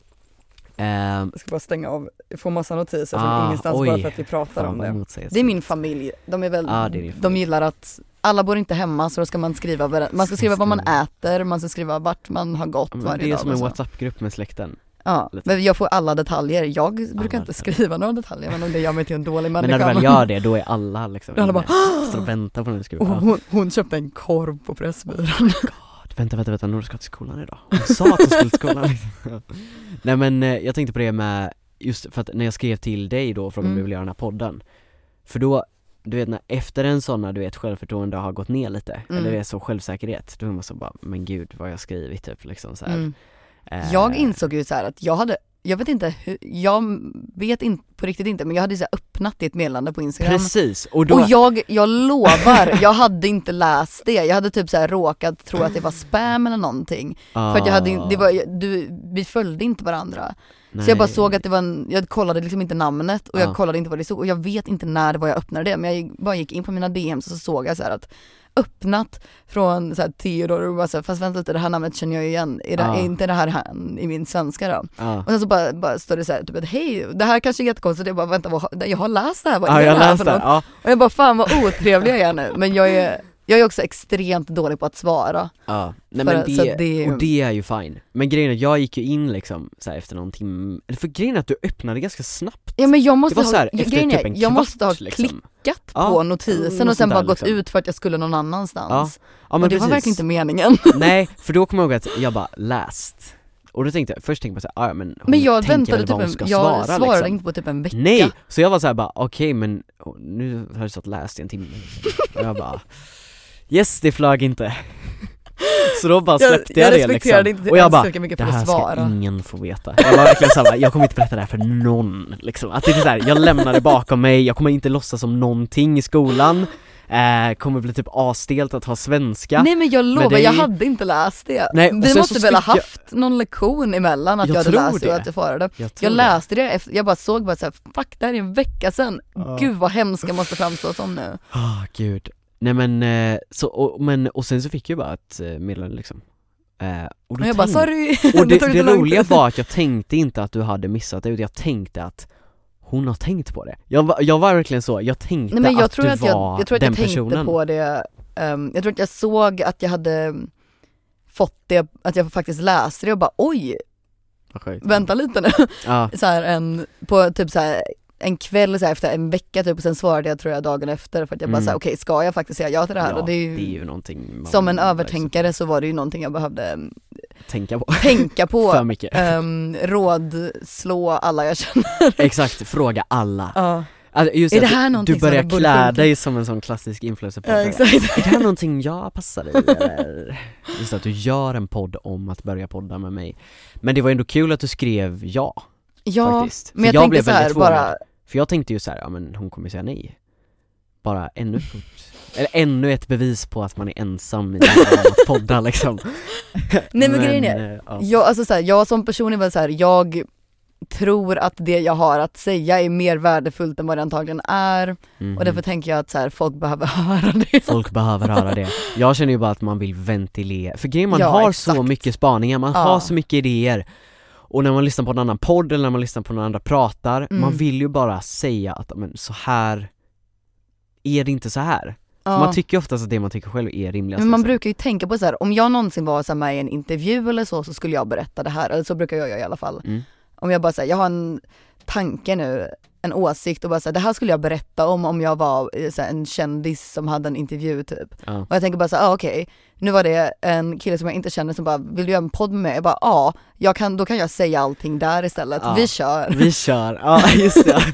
Ehm, Jag ska bara stänga av, jag får massa notiser Ah, från ingenstans oj. bara för att vi pratar fan om vad det. motsägelsefullt. Det är min familj, de är väl, Ja, det är din de familj. gillar att alla bor inte hemma, så då ska man skriva, vad- man ska skriva vad man äter, man ska skriva vart man har gått Ja, men varje det är dag som och en så. WhatsApp-grupp med släkten. Ja, lite. men jag får alla detaljer. Jag brukar Alla inte detaljer. skriva några detaljer, men om det gör mig till en dålig Men människa. när du väl gör det, då är alla liksom Alla bara, inne. Står och väntar på när du ska Och ja. hon, hon köpte en korv på Pressbyrån. Vänta, vänta, vänta, Nora ska till skolan idag. Hon sa att hon skulle till skolan liksom. Nej men eh, jag tänkte på det med, just för att när jag skrev till dig då, frågade om Mm. du vill göra den här podden. För då, du vet när efter en sån när du vet självförtroende har gått ner lite, Mm. eller det är så självsäkerhet, då är man så bara, men gud vad jag har skrivit typ liksom så här. Mm. Eh, Jag insåg ju så här att jag hade, jag vet inte hur, jag vet inte på riktigt inte, men jag hade så här öppnat ett meddelande på Instagram. Precis, och då, Och jag, jag lovar, jag hade inte läst det. Jag hade typ så här råkat tro att det var spam eller någonting. För att jag hade, in- det var, du, vi följde inte varandra. Så jag bara såg att det var en, jag kollade liksom inte namnet och jag Ja. kollade inte vad det stod. Och jag vet inte när det var jag öppnade det, men jag gick- bara gick in på mina D M's och så såg jag så här att öppnat från så här Theodor och bara så här, fast vänta lite, det här namnet känner jag ju igen. Är, det, Ja. är inte det här han i min svenska då? Ja. Och sen så bara, bara står det så här, typ att hej, det här kanske är jättekonstigt. Jag bara, vänta, vad, jag har läst det här, vad Ja, är jag det här läste för det, något? ja. Och jag bara, fan vad otrevlig jag är nu. Men jag är, jag är också extremt dålig på att svara. Ja, nej För- men så det, att det- och det är ju fine. Men grejen är att jag gick ju in liksom så här efter någon timme, eller för grejen är att du öppnade ganska snabbt. Ja men jag måste Det var så ha, här, efter grejen typ är, en jag måste ha kvart, liksom. klickat Ja, på notisen något och sen sånt bara där, gått liksom. ut för att jag skulle någon annanstans. Ja, men och det var precis. verkligen inte meningen. Nej, för då kommer jag ihåg att jag bara läst. Och då tänkte jag, först tänkte jag så här, ja men hon Men jag tänker väntade väl typ vad hon en, ska jag svara, svarade liksom. inte på typ en vecka. Nej, så jag var så här bara, okej men oh, nu har jag stått läst i en timme. Och jag bara, yes det flög inte. Så då bara släppte jag, jag det respekterade liksom. inte Och jag bara, så mycket det för här att ska svara. ingen få veta. Jag var verkligen såhär, jag kommer inte berätta det här för någon liksom. Att det är så här, jag lämnar det bakom mig, jag kommer inte låtsas som någonting i skolan. Eh, kommer bli typ asstelt att ha svenska. Nej men jag lovar, det är- jag hade inte läst det. Nej, och Vi sen måste så väl ha fick jag- haft någon lektion emellan att Jag jag, hade tror läst det och det. att jag svarade. Jag, tror Jag läste det efter, jag bara såg bara såhär, fuck det här är en vecka sedan. Ja. Gud vad hemskt jag måste framstå som nu. Ah, gud. Nej men, eh, så, och, men, och sen så fick jag bara ett eh, meddelande liksom. Eh, och då Och jag bara tänkte- sorry. Och det, tog det lite lång roliga tid. var att jag tänkte inte att du hade missat det, utan jag tänkte att hon har tänkt på det. Jag var, jag var verkligen så, jag tänkte Nej, men jag att tror du att var jag, jag tror att den jag tänkte personen. på det, um, jag tror att jag såg att jag hade fått det, att jag faktiskt läste det och bara oj, Vad sjukt. vänta lite nu. Ja, Så här en, på typ så här en kväll så här, efter en vecka typ, och sen svarade jag tror jag dagen efter för att jag bara Mm. så här, okej ska jag faktiskt säga ja till det här? ja, Och det är ju, det är ju någonting man som en liksom övertänkare så var det ju någonting jag behövde tänka på. tänka på. För mycket. um, rådslå alla jag känner. Exakt, fråga alla. Ja, Alltså, just Är att det här du- någonting du som börjar borde klä funka? dig som en sån klassisk influencer. ja exakt. Är det här någonting jag passar i? Eller? Just att du gör en podd om att börja podda med mig. Men det var ändå kul att du skrev ja, Ja, faktiskt. För men jag, jag tänkte blev så här väldigt bara, förvånad. För jag tänkte ju så här, ja men hon kommer säga nej. Bara ännu eller ännu ett bevis på att man är ensam i att podda liksom. Nej, men grejen är- eh, ja. jag, alltså så här, jag som person är väl så här, jag tror att det jag har att säga är mer värdefullt än vad det antagligen är. Mm. Och därför tänker jag att så här, folk behöver höra det. Folk behöver höra det. Jag känner ju bara att man vill ventilera. För grejen, man Ja, har exakt. så mycket spaningar, man Ja. har så mycket idéer. Och när man lyssnar på en annan podd eller när man lyssnar på någon andra pratar, Mm. man vill ju bara säga att men, så här är det inte så här. Ja. För man tycker oftast att det man tycker själv är rimligast. Men man liksom. brukar ju tänka på så här, om jag någonsin var så här med i en intervju eller så, så skulle jag berätta det här. Eller så brukar jag göra i alla fall. Mm. Om jag bara säger, jag har en tanke nu, en åsikt och bara säga det här skulle jag berätta om om jag var eh, så här, en kändis som hade en intervju typ. Ja. Och jag tänker bara så här, ah, okej, nu var det en kille som jag inte känner som bara, vill du göra en podd med mig? Jag bara, ja, jag kan, då kan jag säga allting där istället. Ja. Vi kör. Vi kör, ja just det.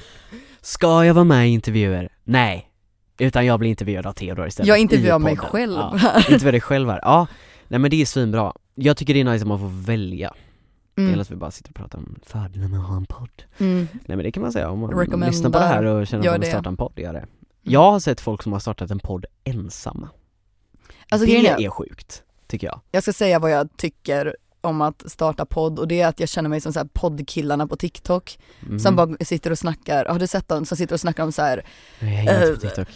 Ska jag vara med i intervjuer? Nej. Utan jag blir intervjuad av Theodor istället. Jag intervjuar i mig podden. själv. Ja, intervjuar dig själv här. Ja, nej men det är svinbra. Jag tycker det är nice att man får välja. Mm. Eller att vi bara sitter och pratar om fördelarna med att ha en podd. Mm. Nej men det kan man säga om man Recommendar. lyssnar på det här och känner att Gör man vill det. starta en podd, gör det. Jag har sett folk som har startat en podd ensamma. Alltså, det grejen är- är sjukt, tycker jag. Jag ska säga vad jag tycker om att starta podd, och det är att jag känner mig som så här poddkillarna på TikTok Mhm. som bara sitter och snackar. Har du sett dem som sitter och snackar om så här? Nej, jag är inte på Eh, TikTok.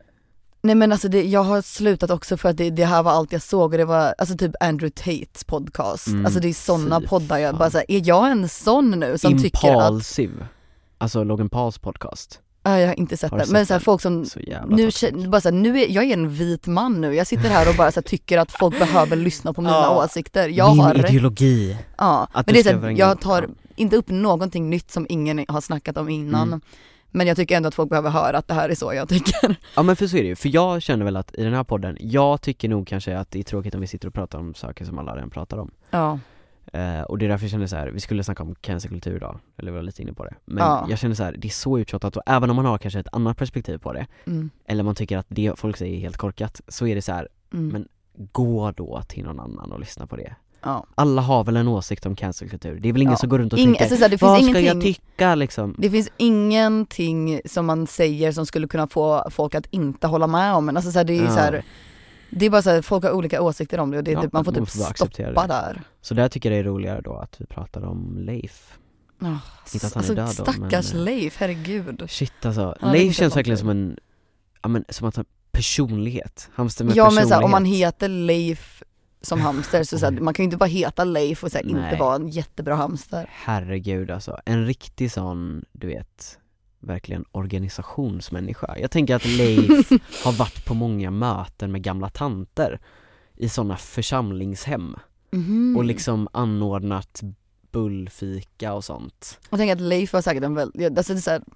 Nej men alltså det, jag har slutat också för att det, det här var allt jag såg, och det var alltså typ Andrew Tates podcast. Mm, Alltså det är sådana fy poddar jag fan. bara såhär, är jag en sån nu som tycker att, Impulsive. Alltså Logan Pauls podcast. ja, jag har inte sett Har du det, sett men så här, den? folk som Så jävla nu, toxic. kä- bara så här, nu är, jag är en vit man nu, jag sitter här och bara så här, tycker att folk behöver lyssna på mina Ja. åsikter. Jag Min har rätt. ideologi. Ja, Att men du det är ska så här, vara jag ingen- tar ja. inte upp någonting nytt som ingen har snackat om innan. Mm. Men jag tycker ändå att folk behöver höra att det här är så jag tycker. Ja men för så är det ju, för jag känner väl att i den här podden, jag tycker nog kanske att det är tråkigt om vi sitter och pratar om saker som alla redan pratar om. Ja, Eh, och det är därför jag känner så här, vi skulle snacka om cancerkultur idag, eller vi var lite inne på det. Men Ja. jag känner så här, det är så uttjatat, och även om man har kanske ett annat perspektiv på det, mm. eller man tycker att det folk säger är helt korkat, så är det så här, Mm. men gå då till någon annan och lyssna på det. Ja. Alla har väl en åsikt om cancerkultur, det är väl ingen Ja. som går runt och Ing- tänker, alltså, så här, det finns vad ska ingenting- jag tycka liksom? Det finns ingenting som man säger som skulle kunna få folk att inte hålla med om, men alltså så här, det är ju Ja. så här, det är bara så här, folk har olika åsikter om det, och det, är Ja, typ, man får man typ får bara acceptera stoppa det. där. Så där tycker jag det är roligare då att vi pratar om Leif. Oh, Inte att han är alltså, död då, stackars men- Leif, herregud. Shit alltså, Han har Leif inte känns sett verkligen som någonting. en, ja men som att ha personlighet, hamster med Ja men personlighet. så här, om man heter Leif som hamster så, så här, man kan ju inte bara heta Leif och så här, inte Nej. vara en jättebra hamster. Herregud alltså, en riktig sån, du vet, verkligen organisationsmänniska. Jag tänker att Leif har varit på många möten med gamla tanter i såna församlingshem Mhm. och liksom anordnat bullfika och sånt. Jag tänker att Leif var säkert en väldigt, alltså det är så här,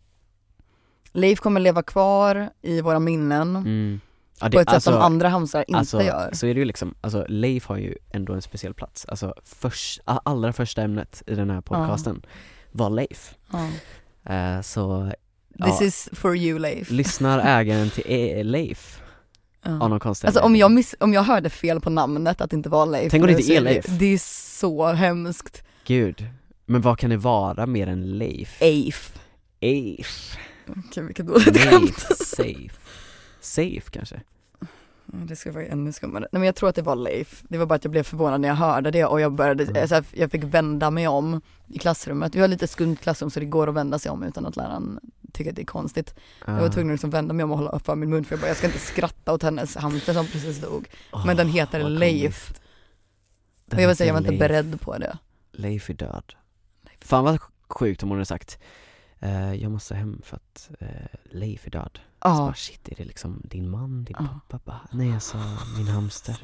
Leif kommer leva kvar i våra minnen Mm. Ja, på ett alltså, sätt som andra hamstrar inte alltså, gör. så är det ju liksom, alltså Leif har ju ändå en speciell plats. Alltså först, allra första ämnet i den här podcasten var Leif. Ja. Eh, så This ja, is for you Leif. lyssnar ägaren till e- Leif Ja. av någon konstig Alltså om anledning. jag, miss, om jag hörde fel på namnet, att det inte var Leif. Tänk om det nu, inte så är det- Leif. Det är så hemskt. Gud, men vad kan det vara mer än Leif? Eif. Eif. Okej, vilket dåligt Leif, skämt. safe. Safe kanske? Ja, det ska vara ännu skummare. Nej men jag tror att det var Leif. Det var bara att jag blev förvånad när jag hörde det, och jag började, Mm. så här, jag fick vända mig om i klassrummet. Vi har lite skumt klassrum så det går att vända sig om utan att läraren tycker att det är konstigt. Jag var tvungen att liksom vända mig om och hålla upp för min mun, för jag bara, jag ska inte skratta åt hennes hamster som precis dog. Åh, Men den heter vad Leif. komiskt. Och jag vill säga, jag var heter inte Leif. beredd på det. Leif är död. Fan vad sjukt om hon hade sagt eh, jag måste hem för att eh, Leif är död. Så Ja. bara, shit, är det liksom din man, din Ja. pappa? Bara, nej alltså, min hamster.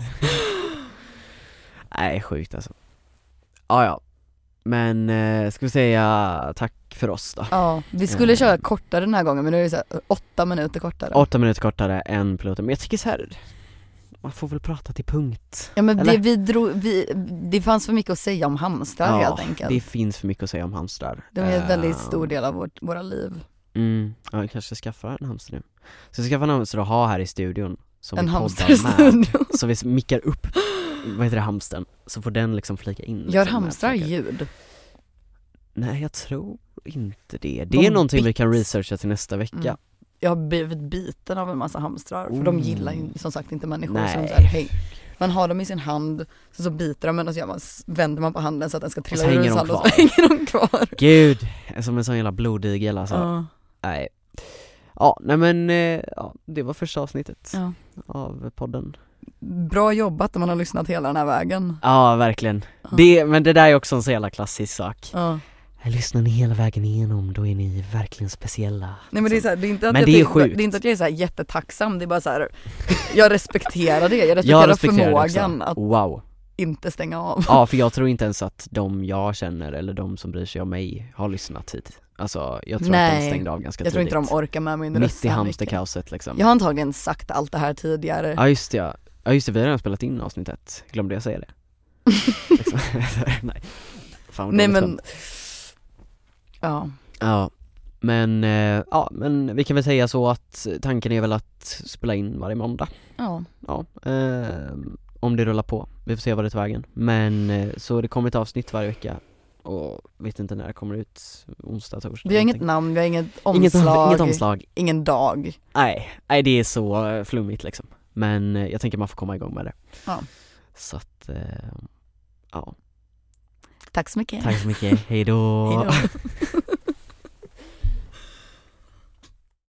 Nej, sjukt alltså. Ja, ja. Men eh, ska vi säga tack för oss då. Ja, vi skulle Eh. köra kortare den här gången, men nu är det så här, åtta minuter kortare. Åtta minuter kortare än piloten. Men jag tycker så här, man får väl prata till punkt. Ja men Eller? det, vi drog, vi, det fanns för mycket att säga om hamstrar helt enkelt. det finns för mycket att säga om hamstrar. De är en väldigt Eh, stor del av vårt, våra liv. Mm, ja, jag kanske skaffar en hamster nu. Så jag skaffar en hamster att ha här i studion som En vi poddar hamsterstudio. med. Så vi mickar upp, vad heter det, hamstern. Så får den liksom flika in. Gör liksom, med hamstrar saker. ljud? Nej, jag tror inte det. Det De är någonting vi bits. kan researcha till nästa vecka. Mm. jag har blivit biten av en massa hamstrar. För Oh. de gillar ju som sagt inte människor. Nej. Som så här, hej. Man har dem i sin hand, så, så biter de en och så gör man, vänder man på handen så att den ska trilla så ur hänger ens de hand och kvar. så hänger de kvar. Gud, som en sån jävla blodigel alltså. Ja. Nej. Ja, nej men eh, ja, det var första avsnittet Ja. av podden. Bra jobbat om man har lyssnat hela den här vägen. Ja, verkligen. Ja. Det, men det där är också en så jävla klassisk sak. Ja. Lyssnar ni hela vägen igenom, då är ni verkligen speciella. Nej men det är, så här, det är inte att Men jag, det är det, sjukt. det är inte att jag är så här jättetacksam, det är bara så här, jag respekterar det, jag respekterar, Jag respekterar det också. förmågan att Wow. inte stänga av. Ja, för jag tror inte ens att de jag känner eller de som bryr sig om mig har lyssnat hit. Alltså, jag tror att de Nej, stängde av ganska jag tror tidigt. inte de orkar med min röst Mitt i så här mycket. hamsterkaoset liksom. Jag har antagligen sagt allt det här tidigare. Ja just det, ja. Ja just det, vi har redan spelat in avsnittet. Glömde jag säga det? liksom. Nej. Fan vad Nej dåligt men, skämt. ja. Ja, men, eh, ja, men vi kan väl säga så att tanken är väl att spela in varje måndag. Ja. Ja, eh, om det rullar på. Vi får se vad det tar vägen. Men eh, så det kommer ett avsnitt varje vecka. Och vet inte när det kommer ut, onsdag, torsdag. Vi har inget någonting. namn, vi har inget Inget, omslag, inget omslag. ingen dag. Nej, nej, det är så eh, flummigt liksom. Men eh, jag tänker man får komma igång med det. Ja. Så att, eh, ja. Tack så mycket. Tack så mycket. Hej då. Hej då.